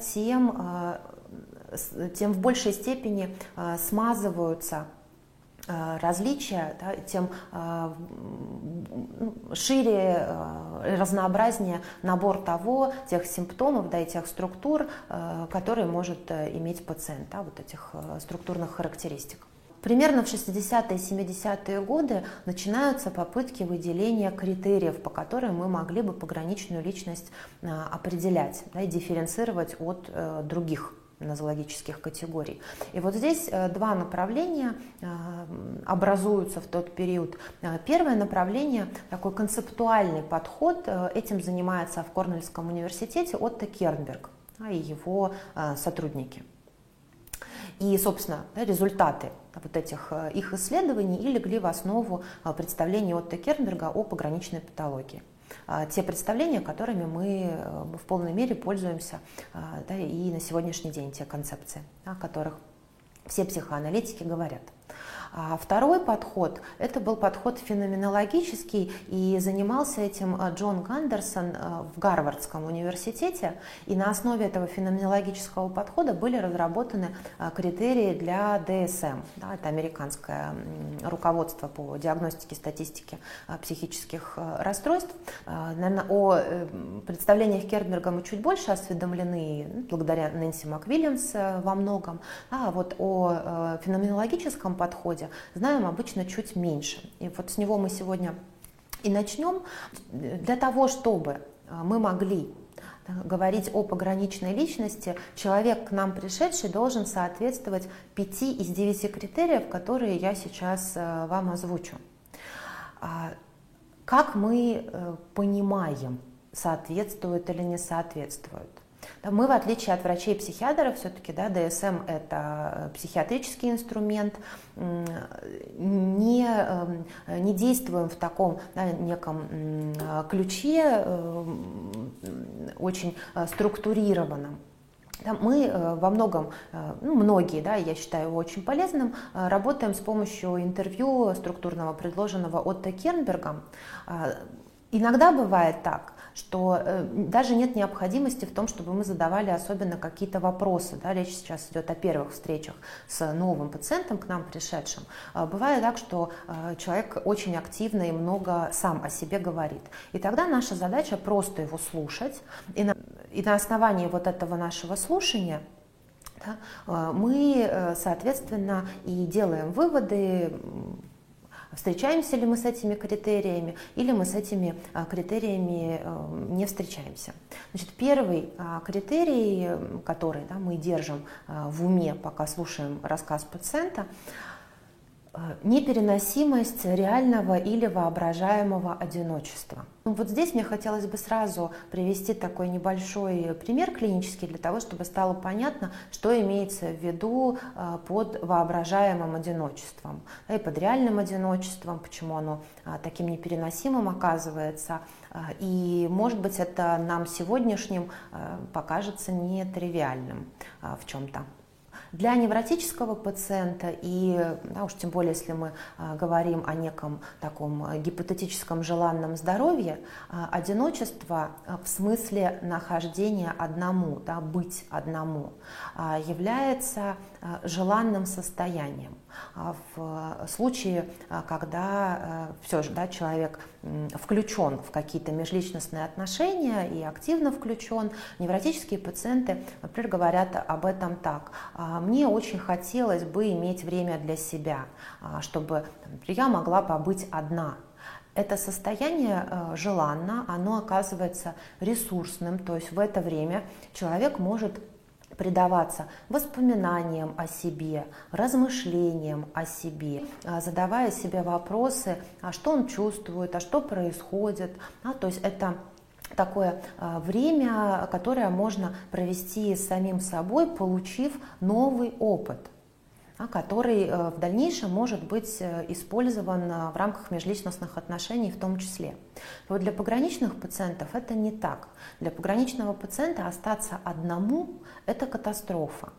тем в большей степени смазываются различия, тем шире, разнообразнее набор тех симптомов, и тех структур, которые может иметь пациент, этих структурных характеристик. Примерно в 60-е и 70-е годы начинаются попытки выделения критериев, по которым мы могли бы пограничную личность определять, да, и дифференцировать от других нозологических категорий. И вот здесь два направления образуются в тот период. Первое направление, такой концептуальный подход, этим занимается в Корнельском университете Отто Кернберг и его сотрудники. И, собственно, результаты вот этих их исследований и легли в основу представлений Отто Кернберга о пограничной патологии. Те представления, которыми мы в полной мере пользуемся, да, и на сегодняшний день, те концепции, о которых все психоаналитики говорят. А второй подход – это был подход феноменологический, и занимался этим Джон Гандерсон в Гарвардском университете. И на основе этого феноменологического подхода были разработаны критерии для ДСМ. Да, это американское руководство по диагностике и статистике психических расстройств. Наверное, о представлениях Кернберга мы чуть больше осведомлены, благодаря Нэнси МакВильямс во многом. А вот о феноменологическом подходе знаем обычно чуть меньше. И вот с него мы сегодня и начнем. Для того, чтобы мы могли говорить о пограничной личности, человек, к нам пришедший, должен соответствовать 5 из 9 критериев, которые я сейчас вам озвучу. Как мы понимаем, соответствует или не соответствует? Мы, в отличие от врачей-психиатров, все-таки, да, ДСМ – это психиатрический инструмент, не действуем в таком, да, неком ключе очень структурированном. Мы во многом, многие, да, я считаю его очень полезным, работаем с помощью интервью структурного, предложенного Отто Кернбергом. Иногда бывает так, что даже нет необходимости в том, чтобы мы задавали особенно какие-то вопросы. Да, речь сейчас идет о первых встречах с новым пациентом, к нам пришедшим. Бывает так, что человек очень активно и много сам о себе говорит. И тогда наша задача просто его слушать. И на основании вот этого нашего слушания, да, мы, соответственно, и делаем выводы, встречаемся ли мы с этими критериями, или мы с этими критериями не встречаемся. Значит, первый критерий, который, да, мы держим в уме, пока слушаем рассказ пациента, непереносимость реального или воображаемого одиночества. Вот здесь мне хотелось бы сразу привести такой небольшой пример клинический для того, чтобы стало понятно, что имеется в виду под воображаемым одиночеством, да, и под реальным одиночеством, почему оно таким непереносимым оказывается. И, может быть, это нам сегодняшним покажется нетривиальным в чем-то. Для невротического пациента, и да, уж тем более, если мы говорим о неком таком гипотетическом желанном здоровье, одиночество в смысле нахождения одному, да, быть одному, является желанным состоянием. В случае, когда все же, да, человек включен в какие-то межличностные отношения и активно включен, невротические пациенты, например, говорят об этом так: мне очень хотелось бы иметь время для себя, чтобы, например, я могла побыть одна. Это состояние желанно, оно оказывается ресурсным, то есть в это время человек может предаваться воспоминаниям о себе, размышлениям о себе, задавая себе вопросы, а что он чувствует, а что происходит. То есть это такое время, которое можно провести с самим собой, получив новый опыт, который в дальнейшем может быть использован в рамках межличностных отношений в том числе. Вот для пограничных пациентов это не так. Для пограничного пациента остаться одному – это катастрофа.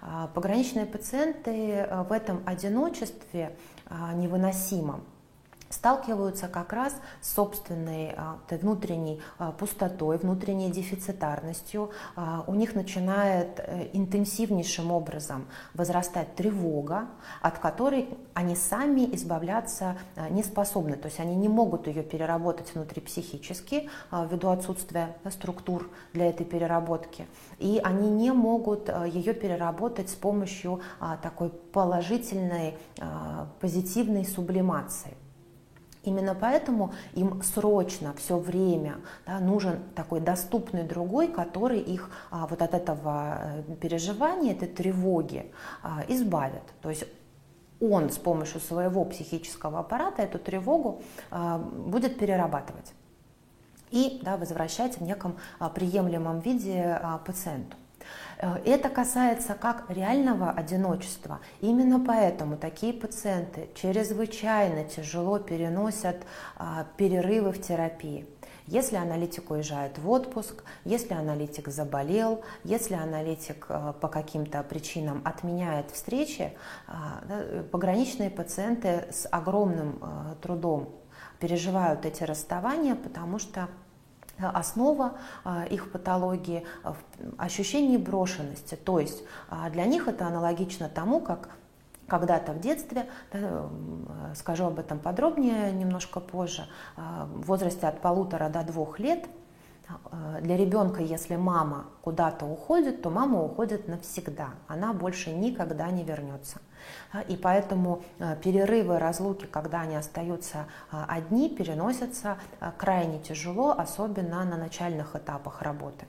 Пограничные пациенты в этом одиночестве невыносимом сталкиваются как раз с собственной внутренней пустотой, внутренней дефицитарностью. У них начинает интенсивнейшим образом возрастать тревога, от которой они сами избавляться не способны. То есть они не могут ее переработать внутрипсихически ввиду отсутствия структур для этой переработки. И они не могут ее переработать с помощью такой положительной, позитивной сублимации. Именно поэтому им срочно все время нужен такой доступный другой, который их вот от этого переживания, этой тревоги избавит. То есть он с помощью своего психического аппарата эту тревогу будет перерабатывать и возвращать в неком приемлемом виде пациенту. Это касается как реального одиночества. Именно поэтому такие пациенты чрезвычайно тяжело переносят перерывы в терапии. Если аналитик уезжает в отпуск, если аналитик заболел, если аналитик по каким-то причинам отменяет встречи, пограничные пациенты с огромным трудом переживают эти расставания, потому что основа их патологии в ощущении брошенности. То есть для них это аналогично тому, как когда-то в детстве, скажу об этом подробнее немножко позже, в возрасте от 1,5 до 2 лет, для ребенка, если мама куда-то уходит, то мама уходит навсегда, она больше никогда не вернется. И поэтому перерывы, разлуки, когда они остаются одни, переносятся крайне тяжело, особенно на начальных этапах работы.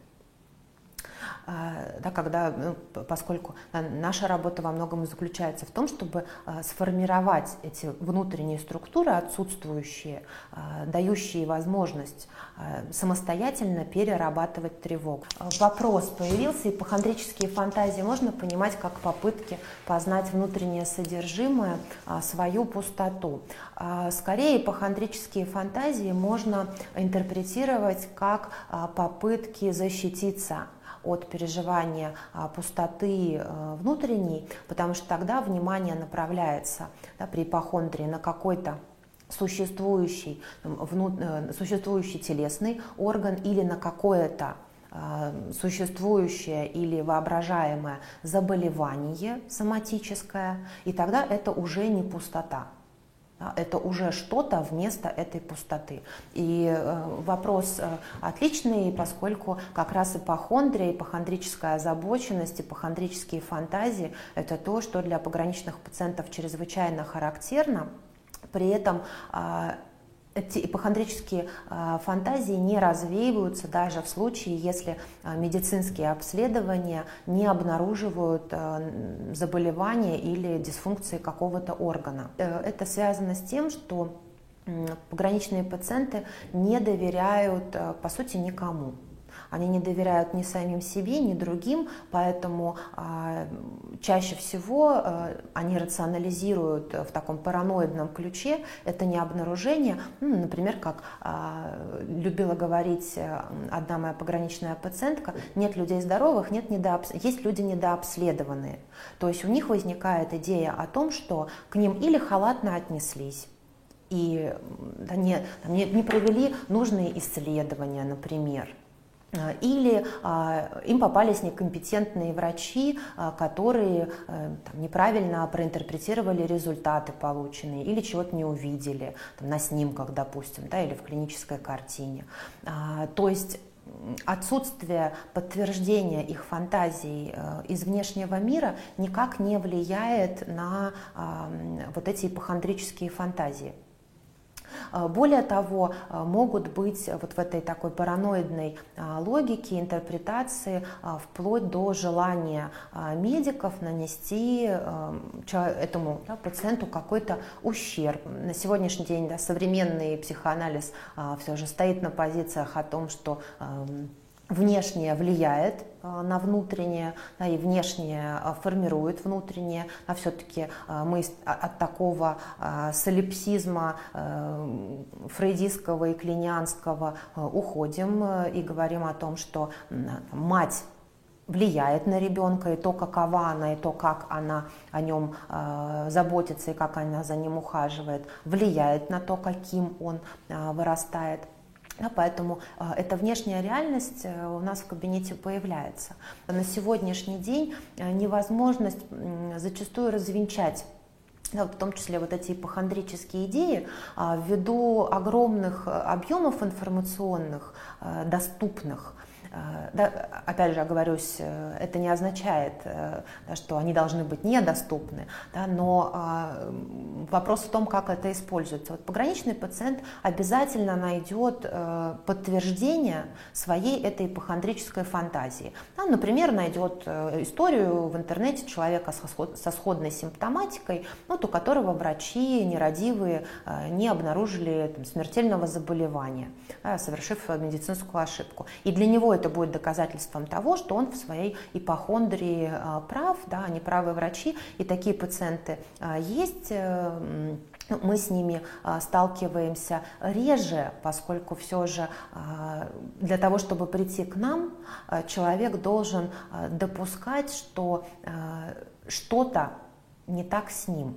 Поскольку наша работа во многом заключается в том, чтобы сформировать эти внутренние структуры отсутствующие, дающие возможность самостоятельно перерабатывать тревогу. Вопрос появился: ипохондрические фантазии можно понимать как попытки познать внутреннее содержимое, свою пустоту. Скорее, ипохондрические фантазии можно интерпретировать как попытки защититься от переживания пустоты внутренней, потому что тогда внимание направляется при ипохондрии на какой-то существующий телесный орган или на какое-то существующее или воображаемое заболевание соматическое, и тогда это уже не пустота. Это уже что-то вместо этой пустоты. И вопрос отличный, поскольку как раз ипохондрия, ипохондрическая озабоченность, ипохондрические фантазии – это то, что для пограничных пациентов чрезвычайно характерно. При этом эти ипохондрические фантазии не развеиваются даже в случае, если медицинские обследования не обнаруживают заболевания или дисфункции какого-то органа. Это связано с тем, что пограничные пациенты не доверяют, по сути, никому. Они не доверяют ни самим себе, ни другим, поэтому чаще всего они рационализируют в таком параноидном ключе это не обнаружение. Например, как любила говорить одна моя пограничная пациентка: нет людей здоровых, есть люди недообследованные. То есть у них возникает идея о том, что к ним или халатно отнеслись, и не провели нужные исследования, например. Или им попались некомпетентные врачи, которые неправильно проинтерпретировали результаты полученные или чего-то не увидели на снимках, допустим, или в клинической картине. То есть отсутствие подтверждения их фантазий из внешнего мира никак не влияет на вот эти ипохондрические фантазии. Более того, могут быть вот в этой такой параноидной логике, интерпретации, вплоть до желания медиков нанести этому пациенту какой-то ущерб. На сегодняшний день современный психоанализ все же стоит на позициях о том, что внешнее влияет на внутреннее, и внешнее формирует внутреннее, а все-таки мы от такого солипсизма фрейдистского и клинианского уходим и говорим о том, что мать влияет на ребенка, и то, какова она, и то, как она о нем заботится, и как она за ним ухаживает, влияет на то, каким он вырастает. Поэтому эта внешняя реальность у нас в кабинете появляется. На сегодняшний день невозможность зачастую развенчать, в том числе вот эти ипохондрические идеи, ввиду огромных объемов информационных, доступных. Да, опять же, оговорюсь, это не означает, что они должны быть недоступны, да, но вопрос в том, как это используется. Вот пограничный пациент обязательно найдет подтверждение своей этой ипохондрической фантазии. Да, например, найдет историю в интернете человека со сходной симптоматикой, вот, у которого врачи нерадивые не обнаружили смертельного заболевания, да, совершив медицинскую ошибку. И для него это будет доказательством того, что он в своей ипохондрии прав, да, они правы врачи, и такие пациенты есть. Мы с ними сталкиваемся реже, поскольку все же для того, чтобы прийти к нам, человек должен допускать, что что-то не так с ним.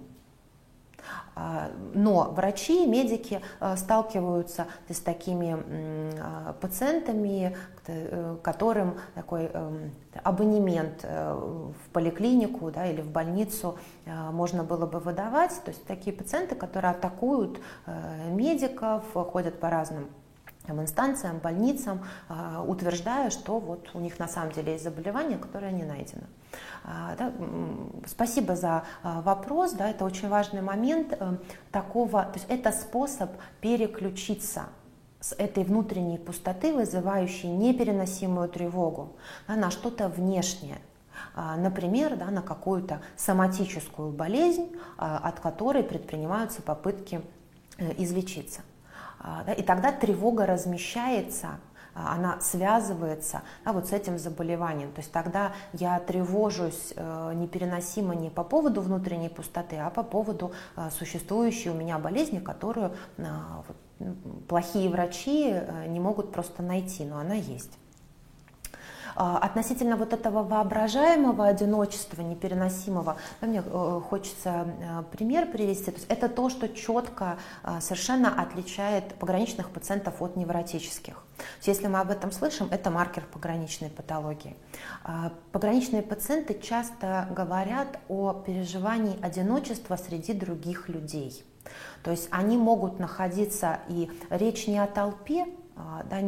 Но врачи, медики сталкиваются с такими пациентами, которым такой абонемент в поликлинику, да, или в больницу можно было бы выдавать. То есть такие пациенты, которые атакуют медиков, ходят по разным инстанциям, больницам, утверждая, что вот у них на самом деле есть заболевание, которое не найдено. Да, спасибо за вопрос, да, это очень важный момент такого, то есть это способ переключиться с этой внутренней пустоты, вызывающей непереносимую тревогу, да, на что-то внешнее. Например, да, на какую-то соматическую болезнь, от которой предпринимаются попытки излечиться. И тогда тревога размещается, она связывается, да, вот с этим заболеванием. То есть тогда я тревожусь непереносимо не по поводу внутренней пустоты, а по поводу существующей у меня болезни, которую плохие врачи не могут просто найти, но она есть. Относительно вот этого воображаемого одиночества, непереносимого, мне хочется пример привести. То есть это то, что четко совершенно отличает пограничных пациентов от невротических. Если мы об этом слышим, это маркер пограничной патологии. Пограничные пациенты часто говорят о переживании одиночества среди других людей. То есть они могут находиться, и речь не о толпе, да,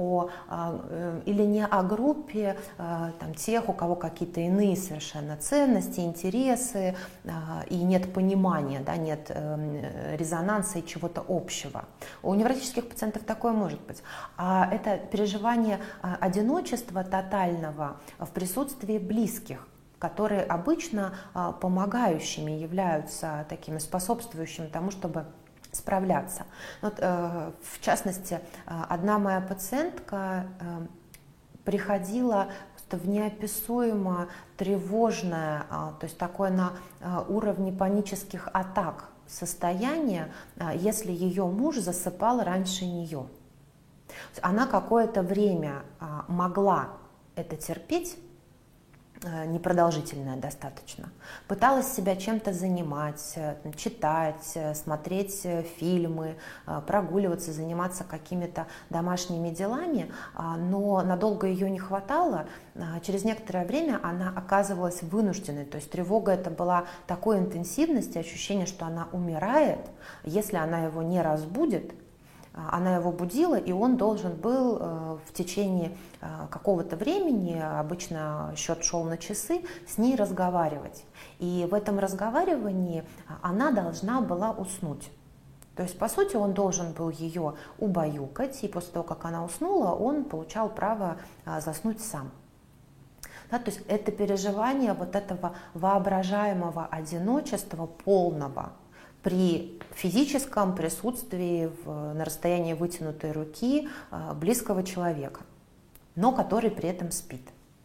или не о группе тех, у кого какие-то иные совершенно ценности, интересы, и нет понимания, да, нет резонанса и чего-то общего. У невротических пациентов такое может быть. А это переживание одиночества тотального в присутствии близких, которые обычно помогающими являются, такими способствующими тому, чтобы справляться. Вот, в частности, одна моя пациентка приходила в неописуемо тревожное, то есть такое на уровне панических атак состояние, если ее муж засыпал раньше нее. Она какое-то время могла это терпеть, непродолжительная достаточно, пыталась себя чем-то занимать, читать, смотреть фильмы, прогуливаться, заниматься какими-то домашними делами, но надолго ее не хватало. Через некоторое время она оказывалась вынужденной, то есть тревога это была такой интенсивности, ощущение, что она умирает, если она его не разбудит. Она его будила, и он должен был в течение какого-то времени, обычно счет шел на часы, с ней разговаривать. И в этом разговаривании она должна была уснуть. То есть, по сути, он должен был ее убаюкать, и после того, как она уснула, он получал право заснуть сам. Да, то есть это переживание вот этого воображаемого одиночества полного, при физическом присутствии на расстоянии вытянутой руки близкого человека, но который при этом спит.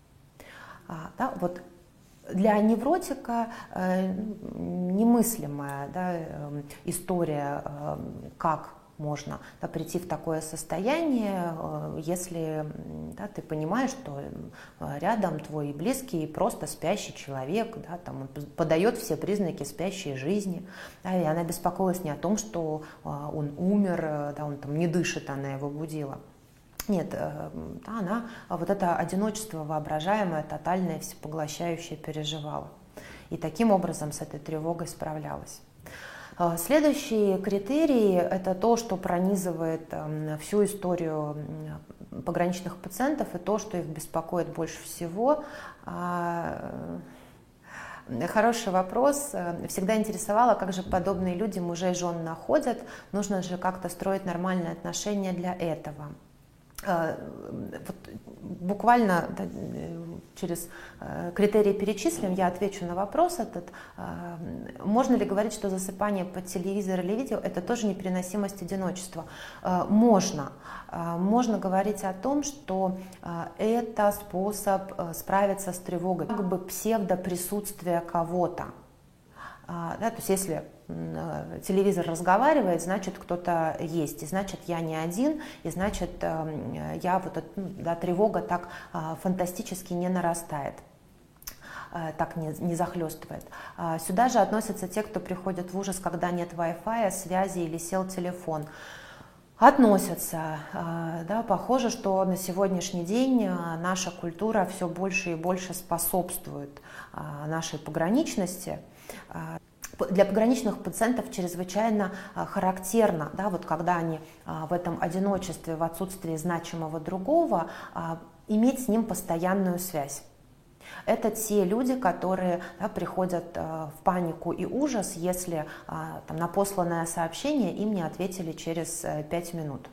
Да, вот для невротика немыслимая, да, история, как можно прийти в такое состояние, если ты понимаешь, что рядом твой близкий просто спящий человек, там, он подает все признаки спящей жизни, и она беспокоилась не о том, что он умер, он там не дышит, она его будила. Нет, она вот это одиночество воображаемое, тотальное, всепоглощающее переживала. И таким образом с этой тревогой справлялась. Следующий критерий – это то, что пронизывает всю историю пограничных пациентов и то, что их беспокоит больше всего. Хороший вопрос. Всегда интересовало, как же подобные люди мужей и жен находят. Нужно же как-то строить нормальные отношения для этого. Вот буквально через критерии перечислим, я отвечу на вопрос этот. Можно ли говорить, что засыпание под телевизор или видео – это тоже непереносимость одиночества? Можно. Можно говорить о том, что это способ справиться с тревогой, как бы псевдоприсутствие кого-то. То есть если телевизор разговаривает, значит кто-то есть, и значит я не один, и значит тревога так фантастически не нарастает, так не захлестывает. Сюда же относятся те, кто приходит в ужас, когда нет Wi-Fi, связи или сел телефон. Относятся. Похоже, что на сегодняшний день наша культура все больше и больше способствует нашей пограничности. Для пограничных пациентов чрезвычайно характерно, когда они в этом одиночестве, в отсутствии значимого другого, иметь с ним постоянную связь. Это те люди, которые приходят в панику и ужас, если на посланное сообщение им не ответили через 5 минут.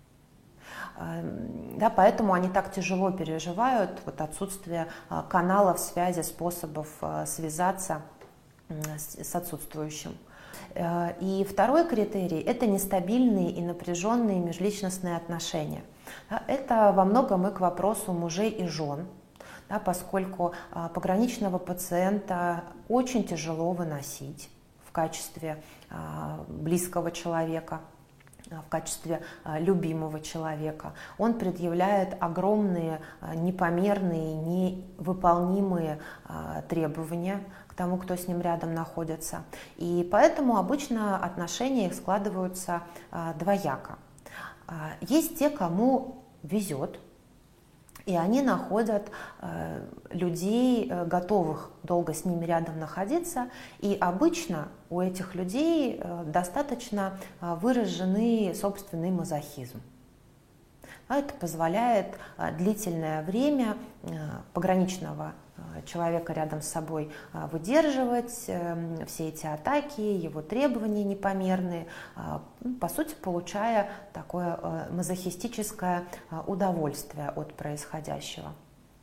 Поэтому они так тяжело переживают отсутствие каналов связи, способов связаться с отсутствующим. И второй критерий – это нестабильные и напряженные межличностные отношения. Это во многом и к вопросу мужей и жен, поскольку пограничного пациента очень тяжело выносить в качестве близкого человека, в качестве любимого человека. Он предъявляет огромные, непомерные, невыполнимые требования к тому, кто с ним рядом находится. И поэтому обычно отношения их складываются двояко. Есть те, кому везет, и они находят людей, готовых долго с ними рядом находиться, и обычно у этих людей достаточно выраженный собственный мазохизм. Это позволяет длительное время пограничного человека рядом с собой выдерживать все эти атаки, его требования непомерные, по сути, получая такое мазохистическое удовольствие от происходящего.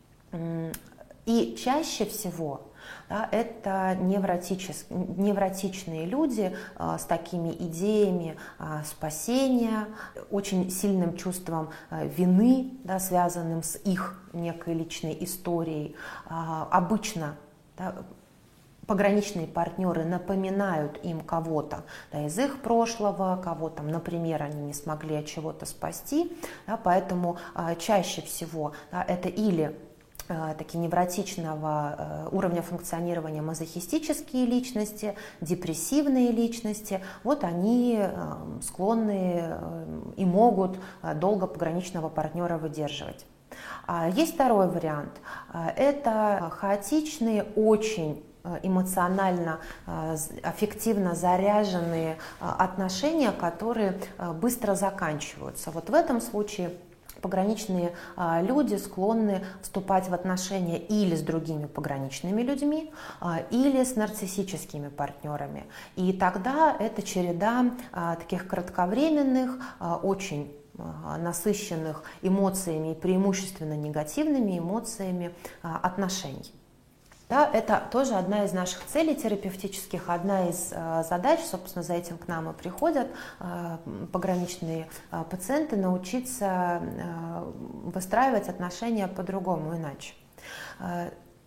И чаще всего это невротичные люди с такими идеями спасения, очень сильным чувством вины, связанным с их некой личной историей. Обычно пограничные партнеры напоминают им кого-то из их прошлого, кого там, например, они не смогли от чего-то спасти, поэтому чаще всего это или такие невротичного уровня функционирования мазохистические личности, депрессивные личности, они склонны и могут долго пограничного партнера выдерживать. Есть второй вариант. Это хаотичные, очень эмоционально, аффективно заряженные отношения, которые быстро заканчиваются. В этом случае пограничные люди склонны вступать в отношения или с другими пограничными людьми, или с нарциссическими партнерами. И тогда это череда таких кратковременных, очень насыщенных эмоциями, преимущественно негативными эмоциями отношений. Это тоже одна из наших целей терапевтических, одна из задач, собственно, за этим к нам и приходят пограничные пациенты, научиться выстраивать отношения по-другому, иначе.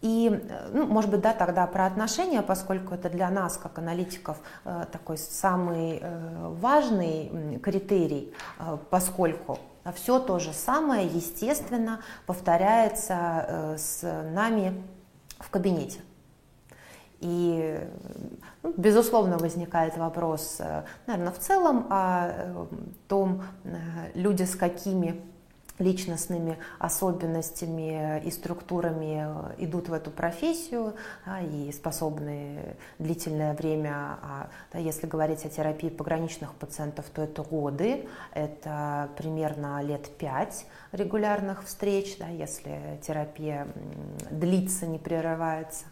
И, ну, может быть, да, тогда про отношения, поскольку это для нас, как аналитиков, такой самый важный критерий, поскольку все то же самое, естественно, повторяется с нами в кабинете. И, ну, безусловно, возникает вопрос, наверное, в целом о том, люди с какими личностными особенностями и структурами идут в эту профессию, и способны длительное время, если говорить о терапии пограничных пациентов, то это годы, это примерно лет 5 регулярных встреч, если терапия длится, не прерывается.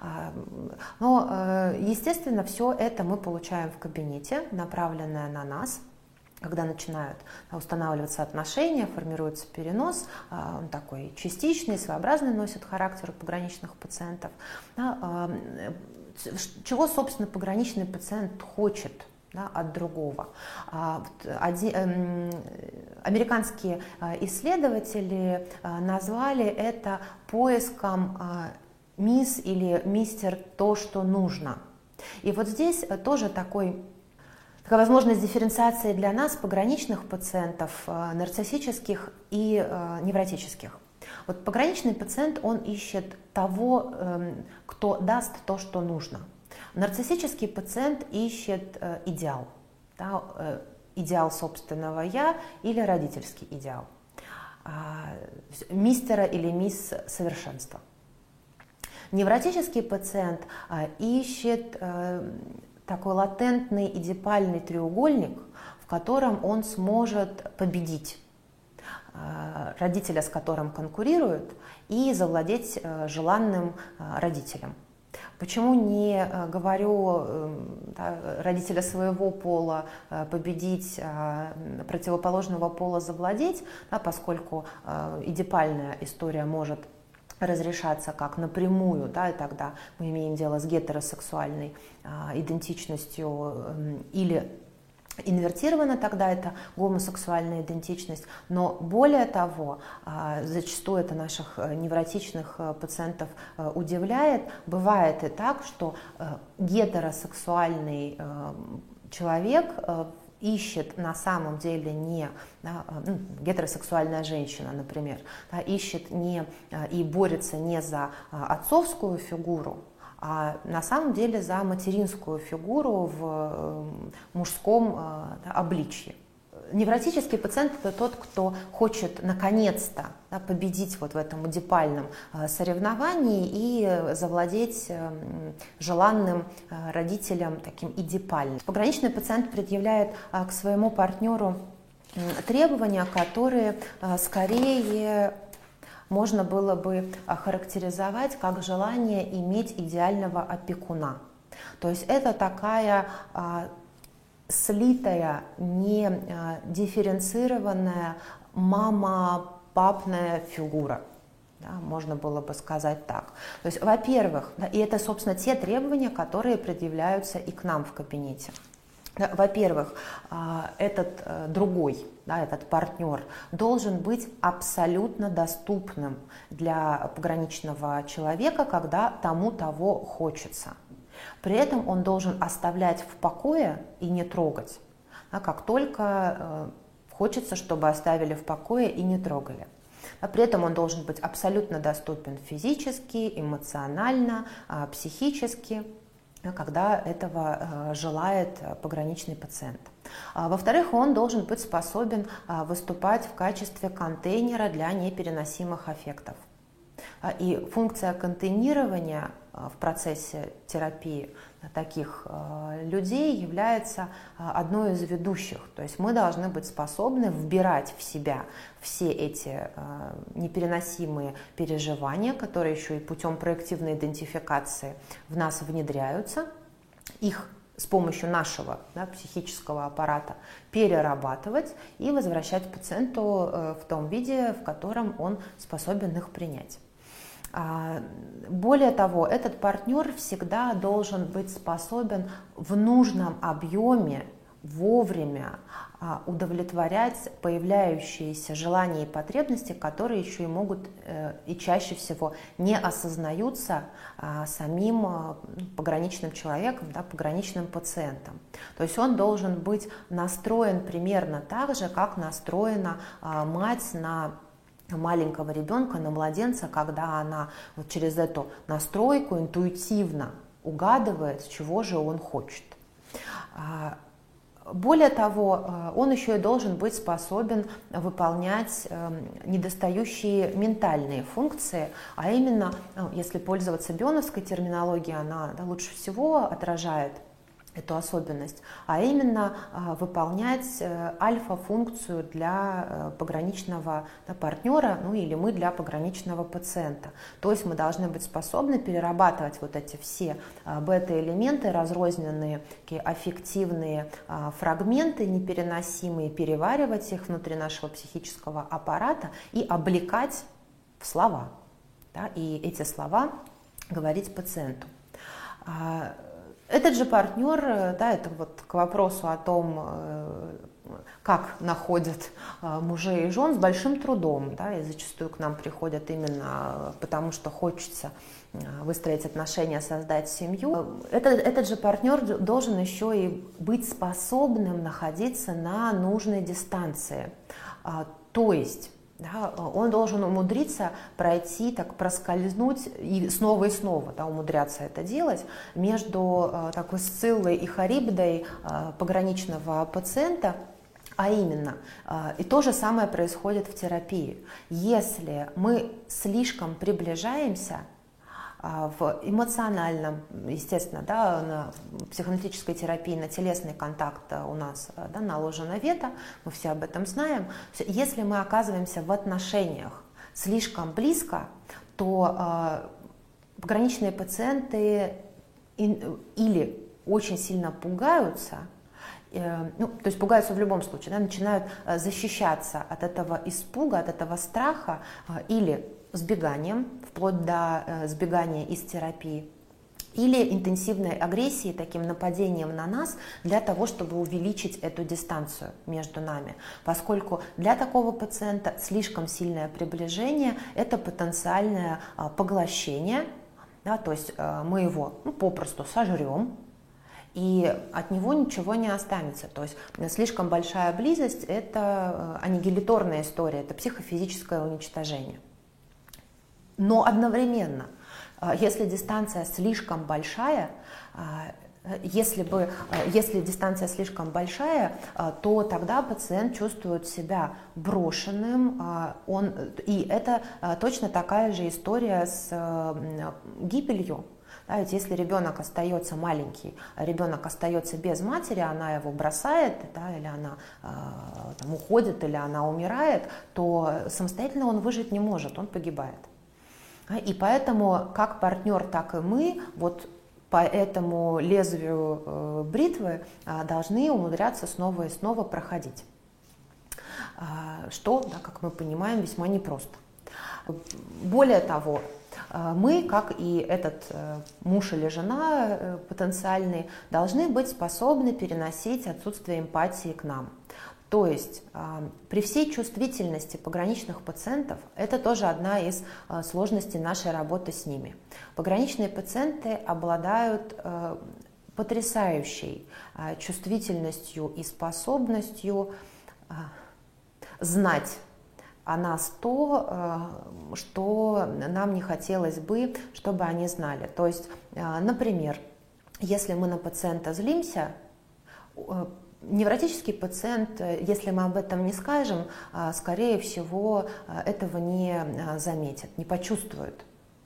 Но, естественно, все это мы получаем в кабинете, направленное на нас. Когда начинают устанавливаться отношения, формируется перенос, он такой частичный, своеобразный, носит характер у пограничных пациентов. Чего, собственно, пограничный пациент хочет, да, от другого? Американские исследователи назвали это поиском мисс или мистер то, что нужно. И вот здесь тоже такая возможность дифференциации для нас пограничных пациентов, нарциссических и невротических. Вот пограничный пациент, он ищет того, кто даст то, что нужно. Нарциссический пациент ищет идеал, да, идеал собственного «я» или родительский идеал, мистера или мисс совершенства. Невротический пациент ищет такой латентный эдипальный треугольник, в котором он сможет победить родителя, с которым конкурирует, и завладеть желанным родителем. Почему не говорю родителя своего пола победить, противоположного пола завладеть, да, поскольку эдипальная история может разрешаться как напрямую, да, и тогда мы имеем дело с гетеросексуальной идентичностью, или инвертирована, тогда это гомосексуальная идентичность. Но более того, зачастую это наших невротичных пациентов удивляет, бывает и так, что гетеросексуальный человек ищет на самом деле не, гетеросексуальная женщина, например, ищет не и борется не за отцовскую фигуру, а на самом деле за материнскую фигуру в мужском обличье. Невротический пациент – это тот, кто хочет наконец-то победить вот в этом эдипальном соревновании и завладеть желанным родителем таким эдипальным. Пограничный пациент предъявляет к своему партнеру требования, которые скорее можно было бы охарактеризовать как желание иметь идеального опекуна. То есть это такая слитая, не дифференцированная мама-папная фигура. Да, можно было бы сказать так. То есть, во-первых, да, и это, собственно, те требования, которые предъявляются и к нам в кабинете. Да, во-первых, этот другой, да, этот партнер должен быть абсолютно доступным для пограничного человека, когда тому того хочется. При этом он должен оставлять в покое и не трогать, да, как только хочется, чтобы оставили в покое и не трогали. При этом он должен быть абсолютно доступен физически, эмоционально, психически, когда этого желает пограничный пациент. Во-вторых, он должен быть способен выступать в качестве контейнера для непереносимых аффектов. И функция контейнирования в процессе терапии таких людей является одной из ведущих. То есть мы должны быть способны вбирать в себя все эти непереносимые переживания, которые еще и путем проективной идентификации в нас внедряются, их с помощью нашего, да, психического аппарата перерабатывать и возвращать пациенту в том виде, в котором он способен их принять. Более того, этот партнер всегда должен быть способен в нужном объеме вовремя удовлетворять появляющиеся желания и потребности, которые еще и могут и чаще всего не осознаются самим пограничным человеком, да, пограничным пациентом. То есть он должен быть настроен примерно так же, как настроена мать на маленького ребенка, на младенца, когда она вот через эту настройку интуитивно угадывает, чего же он хочет. Более того, он еще и должен быть способен выполнять недостающие ментальные функции, а именно, если пользоваться бионовской терминологией, она лучше всего отражает эту особенность, а именно выполнять альфа-функцию для пограничного партнера, ну или мы для пограничного пациента. То есть мы должны быть способны перерабатывать вот эти все бета-элементы, разрозненные такие аффективные фрагменты, непереносимые, переваривать их внутри нашего психического аппарата и облекать в слова. Да, и эти слова говорить пациенту. Этот же партнер, да, это вот к вопросу о том, как находят мужей и жен, с большим трудом, да, и зачастую к нам приходят именно потому, что хочется выстроить отношения, создать семью. Этот же партнер должен еще и быть способным находиться на нужной дистанции, то есть да, он должен умудриться пройти, так проскользнуть и снова, да, умудряться это делать между такой Сциллой и Харибдой пограничного пациента, а именно, и то же самое происходит в терапии. Если мы слишком приближаемся в эмоциональном, естественно, да, на психоаналитической терапии, на телесный контакт у нас, да, наложена вето, мы все об этом знаем. Если мы оказываемся в отношениях слишком близко, то пограничные пациенты или очень сильно пугаются, ну, то есть пугаются в любом случае, да, начинают защищаться от этого испуга, от этого страха, или сбеганием, вплоть до сбегания из терапии, или интенсивной агрессией, таким нападением на нас для того, чтобы увеличить эту дистанцию между нами. Поскольку для такого пациента слишком сильное приближение – это потенциальное поглощение, да, то есть мы его попросту сожрем, и от него ничего не останется. То есть слишком большая близость – это аннигиляторная история, это психофизическое уничтожение. Но одновременно, если дистанция слишком большая, если дистанция слишком большая, то тогда пациент чувствует себя брошенным, и это точно такая же история с гибелью. Да, ведь если ребенок остается маленький, ребенок остается без матери, она его бросает, да, или она там, уходит, или она умирает, то самостоятельно он выжить не может, он погибает. И поэтому как партнер, так и мы вот по этому лезвию бритвы должны умудряться снова и снова проходить. Что, да, как мы понимаем, весьма непросто. Более того, мы, как и этот муж или жена потенциальный, должны быть способны переносить отсутствие эмпатии к нам. То есть при всей чувствительности пограничных пациентов, это тоже одна из сложностей нашей работы с ними. Пограничные пациенты обладают потрясающей чувствительностью и способностью знать о нас то, что нам не хотелось бы, чтобы они знали. То есть, например, если мы на пациента злимся, невротический пациент, если мы об этом не скажем, скорее всего, этого не заметит, не почувствует.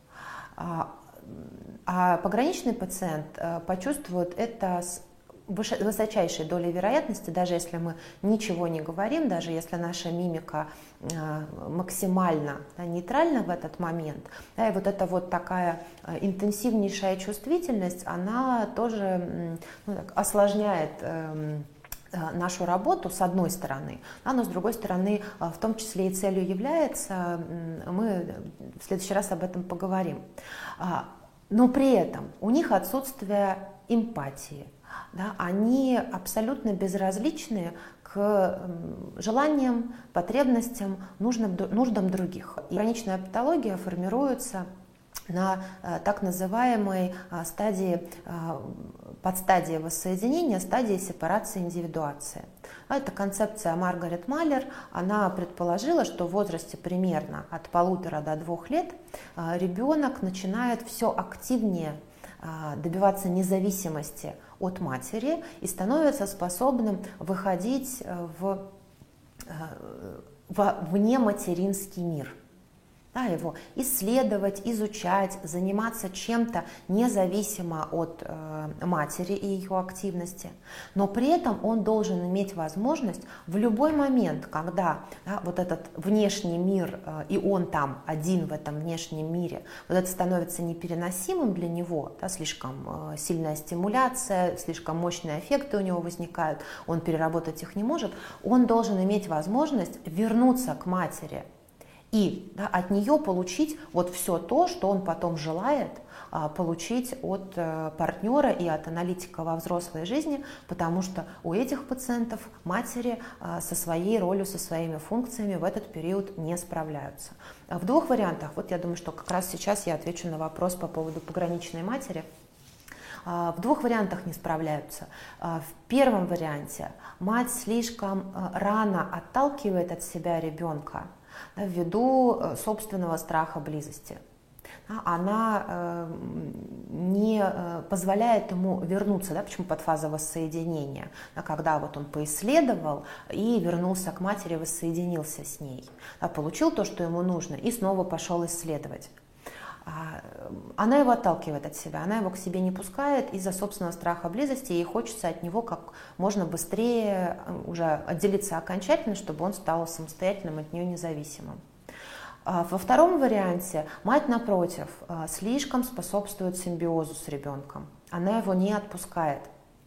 А пограничный пациент почувствует это с высочайшей долей вероятности, даже если мы ничего не говорим, даже если наша мимика максимально нейтральна в этот момент, да, и вот эта вот такая интенсивнейшая чувствительность, она тоже осложняет нашу работу с одной стороны, да, но с другой стороны, в том числе и целью является, мы в следующий раз об этом поговорим, но при этом у них отсутствие эмпатии, да, они абсолютно безразличны к желаниям, потребностям, нуждам других. И граничная патология формируется на так называемой стадии, подстадии воссоединения, стадии сепарации индивидуации. Эта концепция Маргарет Малер, она предположила, что в возрасте примерно от 1,5 до 2 лет ребенок начинает все активнее добиваться независимости от матери и становится способным выходить в внематеринский мир. Да, его исследовать, изучать, заниматься чем-то независимо от матери и ее активности. Но при этом он должен иметь возможность в любой момент, когда вот этот внешний мир, и он там один в этом внешнем мире, вот это становится непереносимым для него, да, слишком сильная стимуляция, слишком мощные эффекты у него возникают, он переработать их не может, он должен иметь возможность вернуться к матери и от нее получить вот все то, что он потом желает получить от партнера и от аналитика во взрослой жизни, потому что у этих пациентов матери со своей ролью, со своими функциями в этот период не справляются. В 2 вариантах, вот я думаю, что как раз сейчас я отвечу на вопрос по поводу пограничной матери. В 2 вариантах не справляются. В первом варианте мать слишком рано отталкивает от себя ребенка, ввиду собственного страха близости. Она не позволяет ему вернуться, почему подфаза воссоединения, когда вот он поисследовал и вернулся к матери, воссоединился с ней, получил то, что ему нужно, и снова пошел исследовать. Она его отталкивает от себя, она его к себе не пускает из-за собственного страха близости, ей хочется от него как можно быстрее уже отделиться окончательно, чтобы он стал самостоятельным, от нее независимым. Во втором варианте мать, напротив, слишком способствует симбиозу с ребенком, она его не отпускает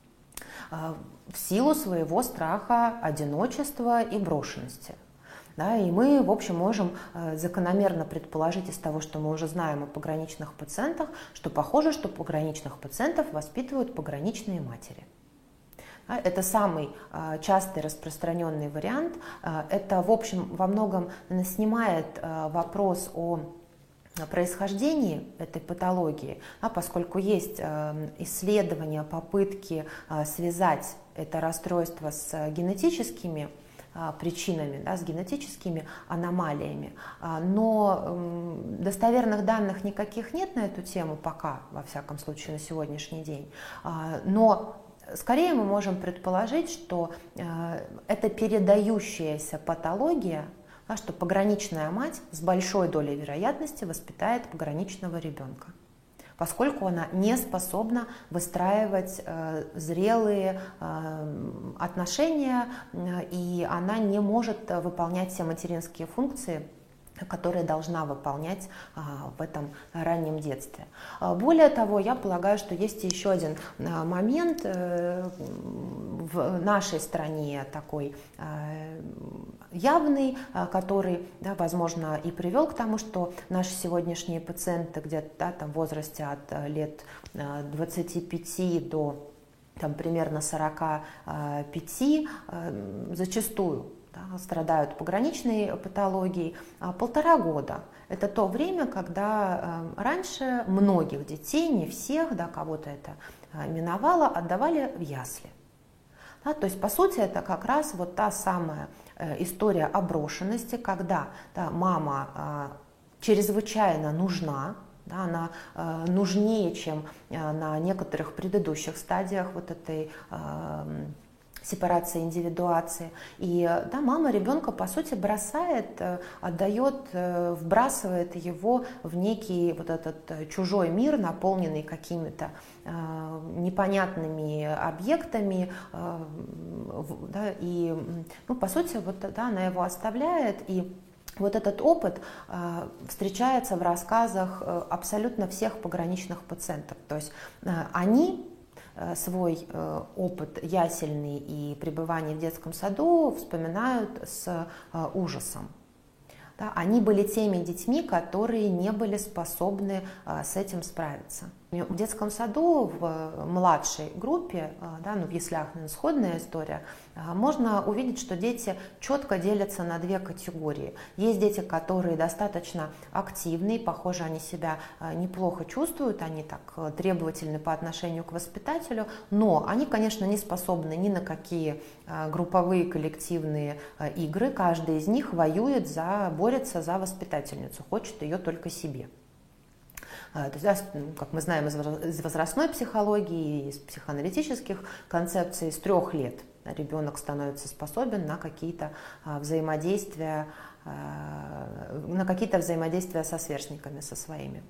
в силу своего страха одиночества и брошенности. Да, и мы, в общем, можем закономерно предположить из того, что мы уже знаем о пограничных пациентах, что похоже, что пограничных пациентов воспитывают пограничные матери. Да, это самый частый распространенный вариант. Это, в общем, во многом снимает вопрос о происхождении этой патологии, поскольку есть исследования, попытки связать это расстройство с генетическими причинами, с генетическими аномалиями, но достоверных данных никаких нет на эту тему пока, во всяком случае, на сегодняшний день. Но скорее мы можем предположить, что это передающаяся патология, что пограничная мать с большой долей вероятности воспитает пограничного ребенка, поскольку она не способна выстраивать зрелые отношения, и она не может выполнять все материнские функции, которые должна выполнять в этом раннем детстве. Более того, я полагаю, что есть еще один момент в нашей стране такой явный, который, возможно, и привел к тому, что наши сегодняшние пациенты где-то там, в возрасте от лет 25 до примерно 45 зачастую страдают пограничной патологией. 1,5 года – это то время, когда раньше многих детей, не всех, кого-то это миновало, отдавали в ясли. То есть, по сути, это как раз вот та самая история о брошенности, когда мама чрезвычайно нужна, она нужнее, чем на некоторых предыдущих стадиях вот этой сепарации, индивидуации. И мама ребенка, по сути, бросает, отдает, вбрасывает его в некий вот этот чужой мир, наполненный какими-то непонятными объектами. И, по сути, она его оставляет. И вот этот опыт встречается в рассказах абсолютно всех пограничных пациентов. То есть они свой опыт ясельный и пребывания в детском саду вспоминают с ужасом. Они были теми детьми, которые не были способны с этим справиться. В детском саду в младшей группе, да, в яслях сходная история, можно увидеть, что дети четко делятся на две категории. Есть дети, которые достаточно активные, похоже, они себя неплохо чувствуют, они так требовательны по отношению к воспитателю, но они, конечно, не способны ни на какие групповые коллективные игры. Каждый из них борется за воспитательницу, хочет ее только себе. То есть, как мы знаем из возрастной психологии, из психоаналитических концепций, с 3 лет ребенок становится способен на какие-то взаимодействия со сверстниками, со своими.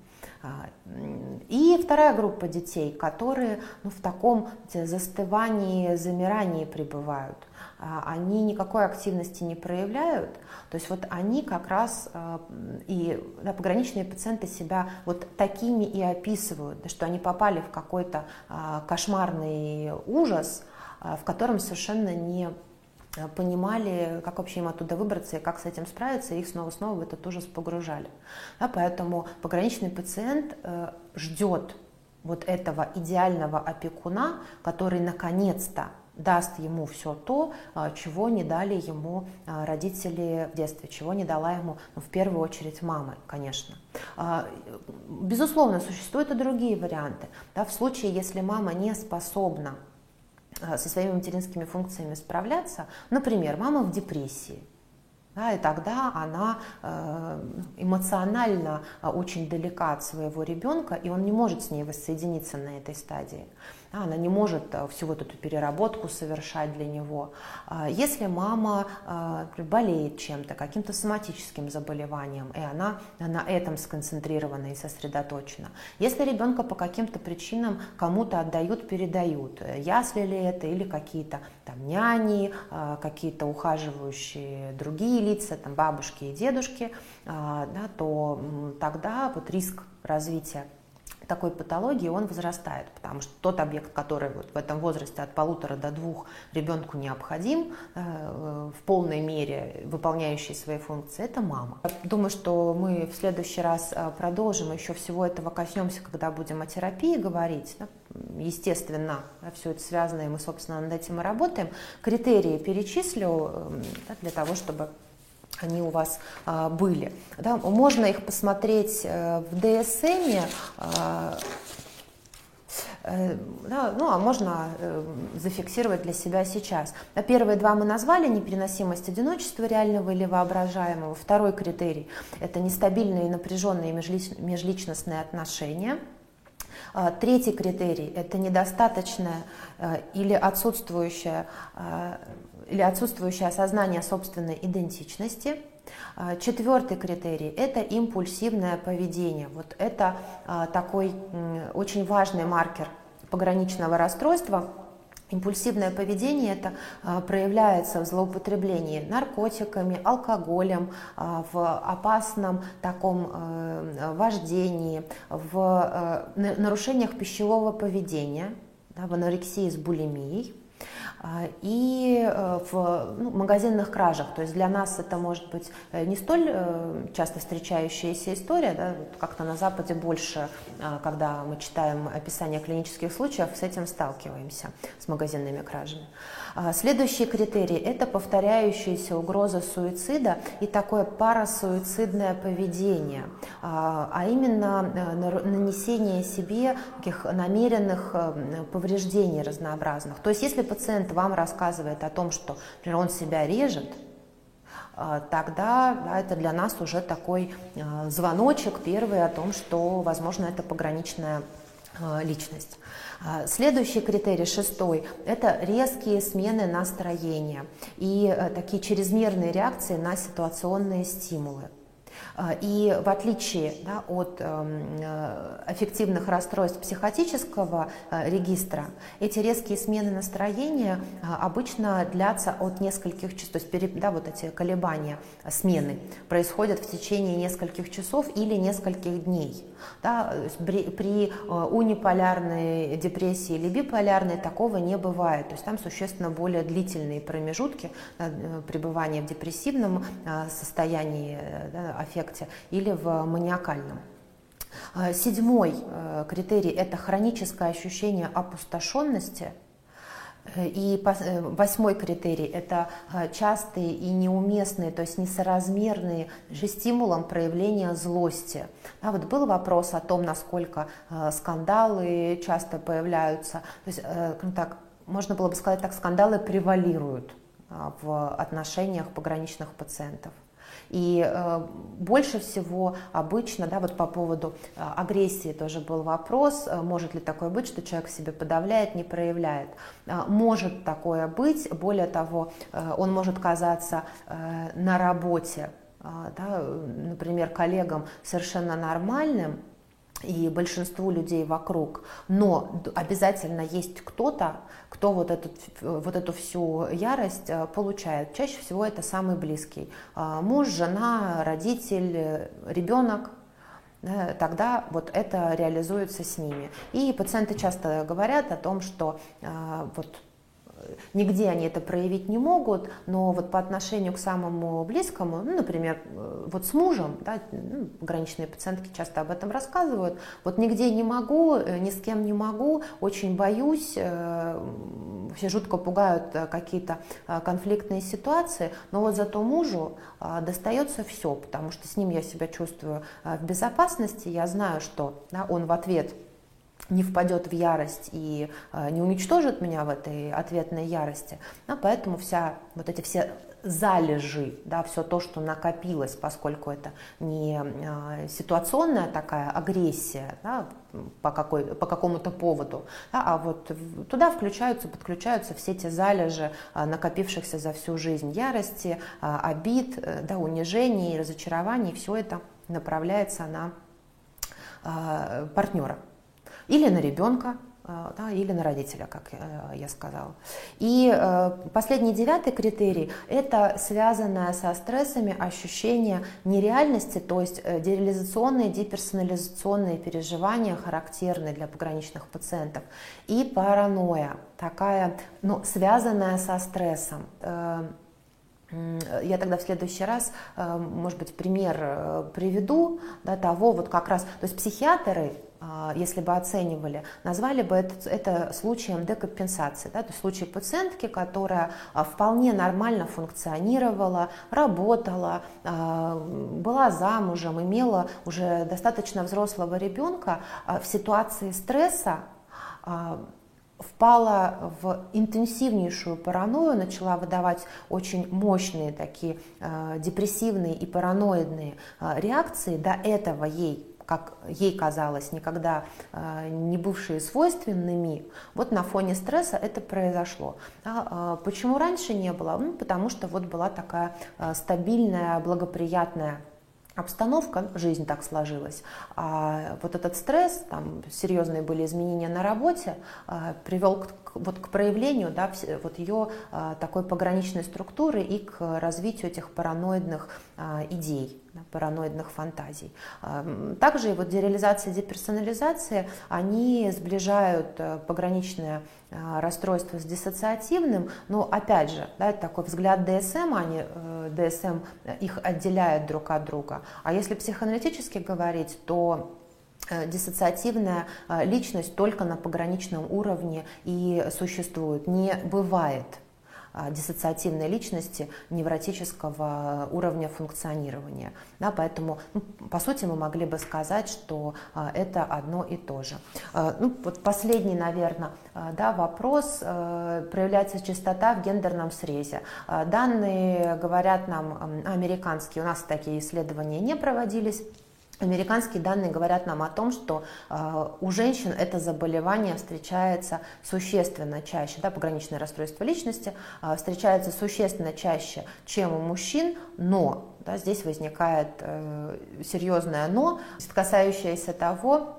И вторая группа детей, которые в таком застывании, замирании пребывают. Они никакой активности не проявляют, то есть вот они как раз пограничные пациенты себя вот такими и описывают, что они попали в какой-то кошмарный ужас, в котором совершенно не понимали, как вообще им оттуда выбраться и как с этим справиться, и их снова-снова в этот ужас погружали. Поэтому пограничный пациент ждет вот этого идеального опекуна, который наконец-то даст ему все то, чего не дали ему родители в детстве, чего не дала ему, в первую очередь, мама, конечно. Безусловно, существуют и другие варианты. В случае, если мама не способна со своими материнскими функциями справляться, например, мама в депрессии, и тогда она эмоционально очень далека от своего ребенка, и он не может с ней воссоединиться на этой стадии. Она не может всю вот эту переработку совершать для него. Если мама болеет чем-то, каким-то соматическим заболеванием, и она на этом сконцентрирована и сосредоточена. Если ребенка по каким-то причинам кому-то отдают, передают, ясли ли это или какие-то няни, какие-то ухаживающие другие лица, бабушки и дедушки, то тогда вот риск развития такой патологии он возрастает, потому что тот объект, который вот в этом возрасте от 1,5 до 2 ребенку необходим, в полной мере выполняющий свои функции, это мама. Думаю, что мы в следующий раз продолжим, еще всего этого коснемся, когда будем о терапии говорить. Естественно, все это связано, и мы, собственно, над этим и работаем. Критерии перечислю для того, чтобы они у вас были. Можно их посмотреть в ДСМе, а можно зафиксировать для себя сейчас. Первые 2 мы назвали: непереносимость одиночества реального или воображаемого. Второй критерий – это нестабильные и напряженные межличностные отношения. Третий критерий – это недостаточное или отсутствующее осознание собственной идентичности. Четвертый критерий – это импульсивное поведение. Вот это такой очень важный маркер пограничного расстройства. Импульсивное поведение это проявляется в злоупотреблении наркотиками, алкоголем, в опасном таком вождении, в нарушениях пищевого поведения, в анорексии с булимией. И в магазинных кражах. То есть для нас это может быть не столь часто встречающаяся история, как-то на Западе больше, когда мы читаем описание клинических случаев, с этим сталкиваемся, с магазинными кражами. Следующий критерий – это повторяющаяся угроза суицида и такое парасуицидное поведение, а именно нанесение себе таких намеренных повреждений разнообразных. То есть если пациент вам рассказывает о том, что, например, он себя режет, тогда это для нас уже такой звоночек первый о том, что, возможно, это пограничная личность. Следующий критерий, 6-й, это резкие смены настроения и такие чрезмерные реакции на ситуационные стимулы. И в отличие от аффективных расстройств психотического регистра, эти резкие смены настроения обычно длятся от нескольких часов, то есть вот эти колебания, смены происходят в течение нескольких часов или нескольких дней. При униполярной депрессии или биполярной такого не бывает, то есть там существенно более длительные промежутки пребывания в депрессивном состоянии, аффекте или в маниакальном. Седьмой критерий – это хроническое ощущение опустошенности. И восьмой критерий – это частые и неуместные, то есть несоразмерные же стимулам проявления злости. Да, вот был вопрос о том, насколько скандалы часто появляются. То есть, так, можно было бы сказать так, скандалы превалируют в отношениях пограничных пациентов. И больше всего обычно, да, вот по поводу агрессии тоже был вопрос, может ли такое быть, что человек себе подавляет, не проявляет. Может такое быть, более того, он может казаться на работе, да, например, коллегам совершенно нормальным, и большинству людей вокруг, но обязательно есть кто-то, кто вот эту всю ярость получает. Чаще всего это самый близкий. Муж, жена, родитель, ребенок. Тогда вот это реализуется с ними. И пациенты часто говорят о том, что вот нигде они это проявить не могут, но вот по отношению к самому близкому, ну, например, вот с мужем, да, пограничные пациентки часто об этом рассказывают, вот нигде не могу, ни с кем не могу, очень боюсь, все жутко пугают какие-то конфликтные ситуации, но вот зато мужу достается все, потому что с ним я себя чувствую в безопасности, я знаю, что, да, он в ответ не впадет в ярость и не уничтожит меня в этой ответной ярости. Поэтому вот эти все залежи, да, все то, что накопилось, поскольку это не ситуационная такая агрессия, да, по какому-то поводу, да, а вот туда подключаются все те залежи накопившихся за всю жизнь ярости, обид, да, унижений, разочарований, все это направляется на партнера. Или на ребенка, да, или на родителя, как я сказала. И последний, девятый критерий – это связанное со стрессами ощущение нереальности, то есть дереализационные, деперсонализационные переживания, характерные для пограничных пациентов, и паранойя, такая, связанная со стрессом. Я тогда в следующий раз, может быть, пример приведу, да, того вот как раз, то есть психиатры, если бы оценивали, назвали бы это случаем декомпенсации, да, то есть случай пациентки, которая вполне нормально функционировала, работала, была замужем, имела уже достаточно взрослого ребенка, в ситуации стресса впала в интенсивнейшую паранойю, начала выдавать очень мощные такие депрессивные и параноидные реакции, до этого ей, как ей казалось, никогда не бывшие свойственными, вот на фоне стресса это произошло. Почему раньше не было? Потому что вот была такая стабильная, благоприятная обстановка, жизнь так сложилась, а вот этот стресс, там серьезные были изменения на работе, привел к проявлению, да, вот ее такой пограничной структуры и к развитию этих параноидных идей, да, параноидных фантазий. Также и вот дереализация и деперсонализация, они сближают пограничное расстройство с диссоциативным, но опять же, да, это такой взгляд ДСМ, ДСМ их отделяет друг от друга. А если психоаналитически говорить, то диссоциативная личность только на пограничном уровне и существует. Не бывает диссоциативной личности невротического уровня функционирования. Да, поэтому, по сути, мы могли бы сказать, что это одно и то же. Вот последний, наверное, да, вопрос. Проявляется частота в гендерном срезе. Данные говорят нам, американские, у нас такие исследования не проводились. Американские данные говорят нам о том, что у женщин это заболевание встречается существенно чаще, да, пограничное расстройство личности встречается существенно чаще, чем у мужчин, но, да, здесь возникает серьезное но, касающееся того,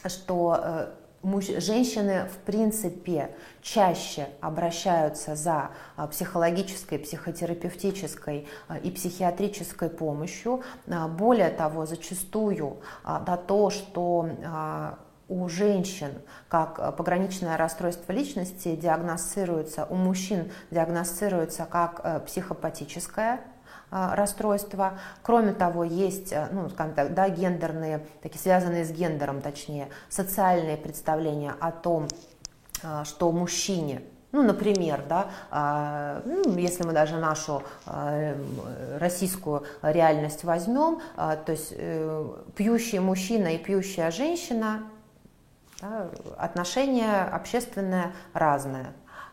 что женщины в принципе чаще обращаются за психологической, психотерапевтической и психиатрической помощью. Более того, зачастую то, что у женщин как пограничное расстройство личности диагностируется, у мужчин диагностируется как психопатическое расстройства. Кроме того, есть, ну, скажем так, да, гендерные, такие связанные с гендером, точнее, социальные представления о том, что мужчине, ну, например, да, ну, если мы даже нашу российскую реальность возьмем, то есть пьющий мужчина и пьющая женщина, да, отношение общественное разное.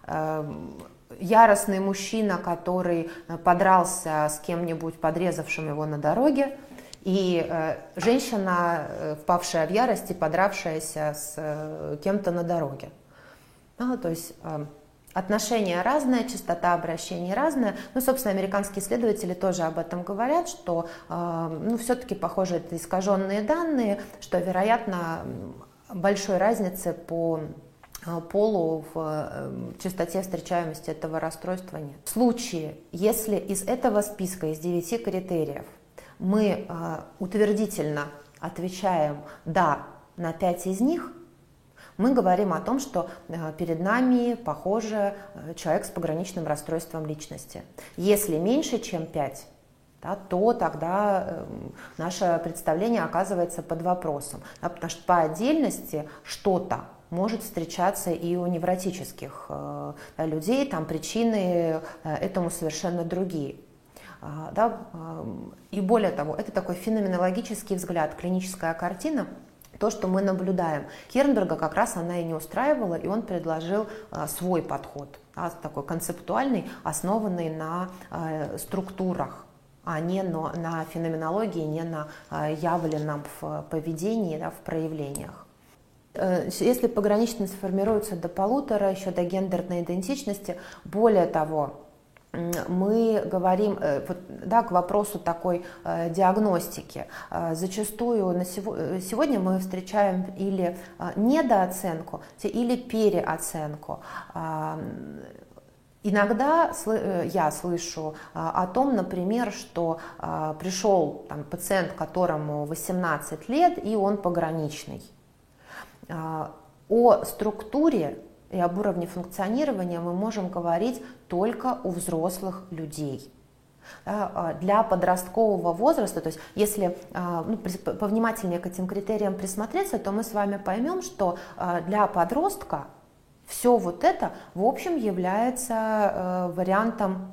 Яростный мужчина, который подрался с кем-нибудь, подрезавшим его на дороге, и женщина, впавшая в ярость и подравшаяся с кем-то на дороге. То есть отношения разные, частота обращений разная. Ну, собственно, американские исследователи тоже об этом говорят, что, ну, все-таки, похоже, это искаженные данные, что, вероятно, большой разницы по полу в частоте встречаемости этого расстройства нет. В случае, если из этого списка, из 9 критериев, мы утвердительно отвечаем «да» на 5 из них, мы говорим о том, что перед нами, похоже, человек с пограничным расстройством личности. Если меньше, чем 5, да, то тогда наше представление оказывается под вопросом. Да, потому что по отдельности что-то может встречаться и у невротических людей, там причины этому совершенно другие. Да, и более того, это такой феноменологический взгляд, клиническая картина. То, что мы наблюдаем. Кернберга как раз она и не устраивала, и он предложил свой подход, такой концептуальный, основанный на структурах, а не на феноменологии, не на явленном в поведении, да, в проявлениях. Если пограничность формируется до 1,5, еще до гендерной идентичности, более того, мы говорим, да, к вопросу такой диагностики. Зачастую сегодня мы встречаем или недооценку, или переоценку. Иногда я слышу о том, например, что пришел там пациент, которому 18 лет, и он пограничный. О структуре и об уровне функционирования мы можем говорить только у взрослых людей. Для подросткового возраста, то есть если повнимательнее к этим критериям присмотреться, то мы с вами поймем, что для подростка все вот это, в общем, является вариантом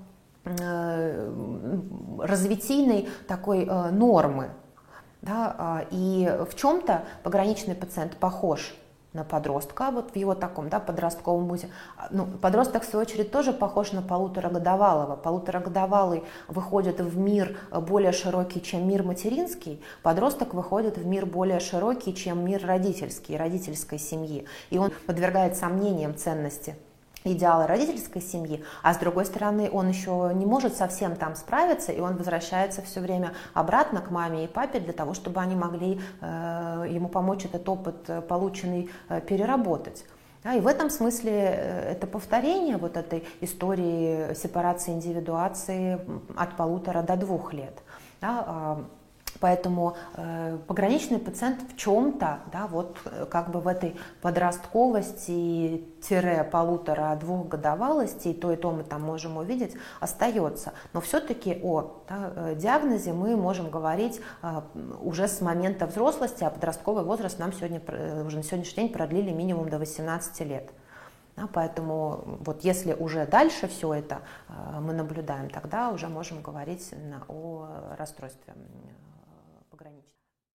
развитийной такой нормы. Да, и в чем-то пограничный пациент похож на подростка, вот в его таком, да, подростковом музе. Ну, подросток, в свою очередь, тоже похож на полуторагодовалого. Полуторагодовалый выходит в мир более широкий, чем мир материнский. Подросток выходит в мир более широкий, чем мир родительский, родительской семьи. И он подвергает сомнениям ценности идеала родительской семьи, а с другой стороны он еще не может совсем там справиться, и он возвращается все время обратно к маме и папе для того, чтобы они могли ему помочь этот опыт полученный переработать. Да, и в этом смысле это повторение вот этой истории сепарации, индивидуации от 1,5 до 2 лет. Да, поэтому пограничный пациент в чем-то, да, вот как бы в этой подростковости -1,5-2 годовалости, и то мы там можем увидеть, остается. Но все-таки о диагнозе мы можем говорить уже с момента взрослости, а подростковый возраст нам сегодня, уже на сегодняшний день продлили минимум до 18 лет. Да, поэтому вот если уже дальше все это мы наблюдаем, тогда уже можем говорить о расстройстве пограничном.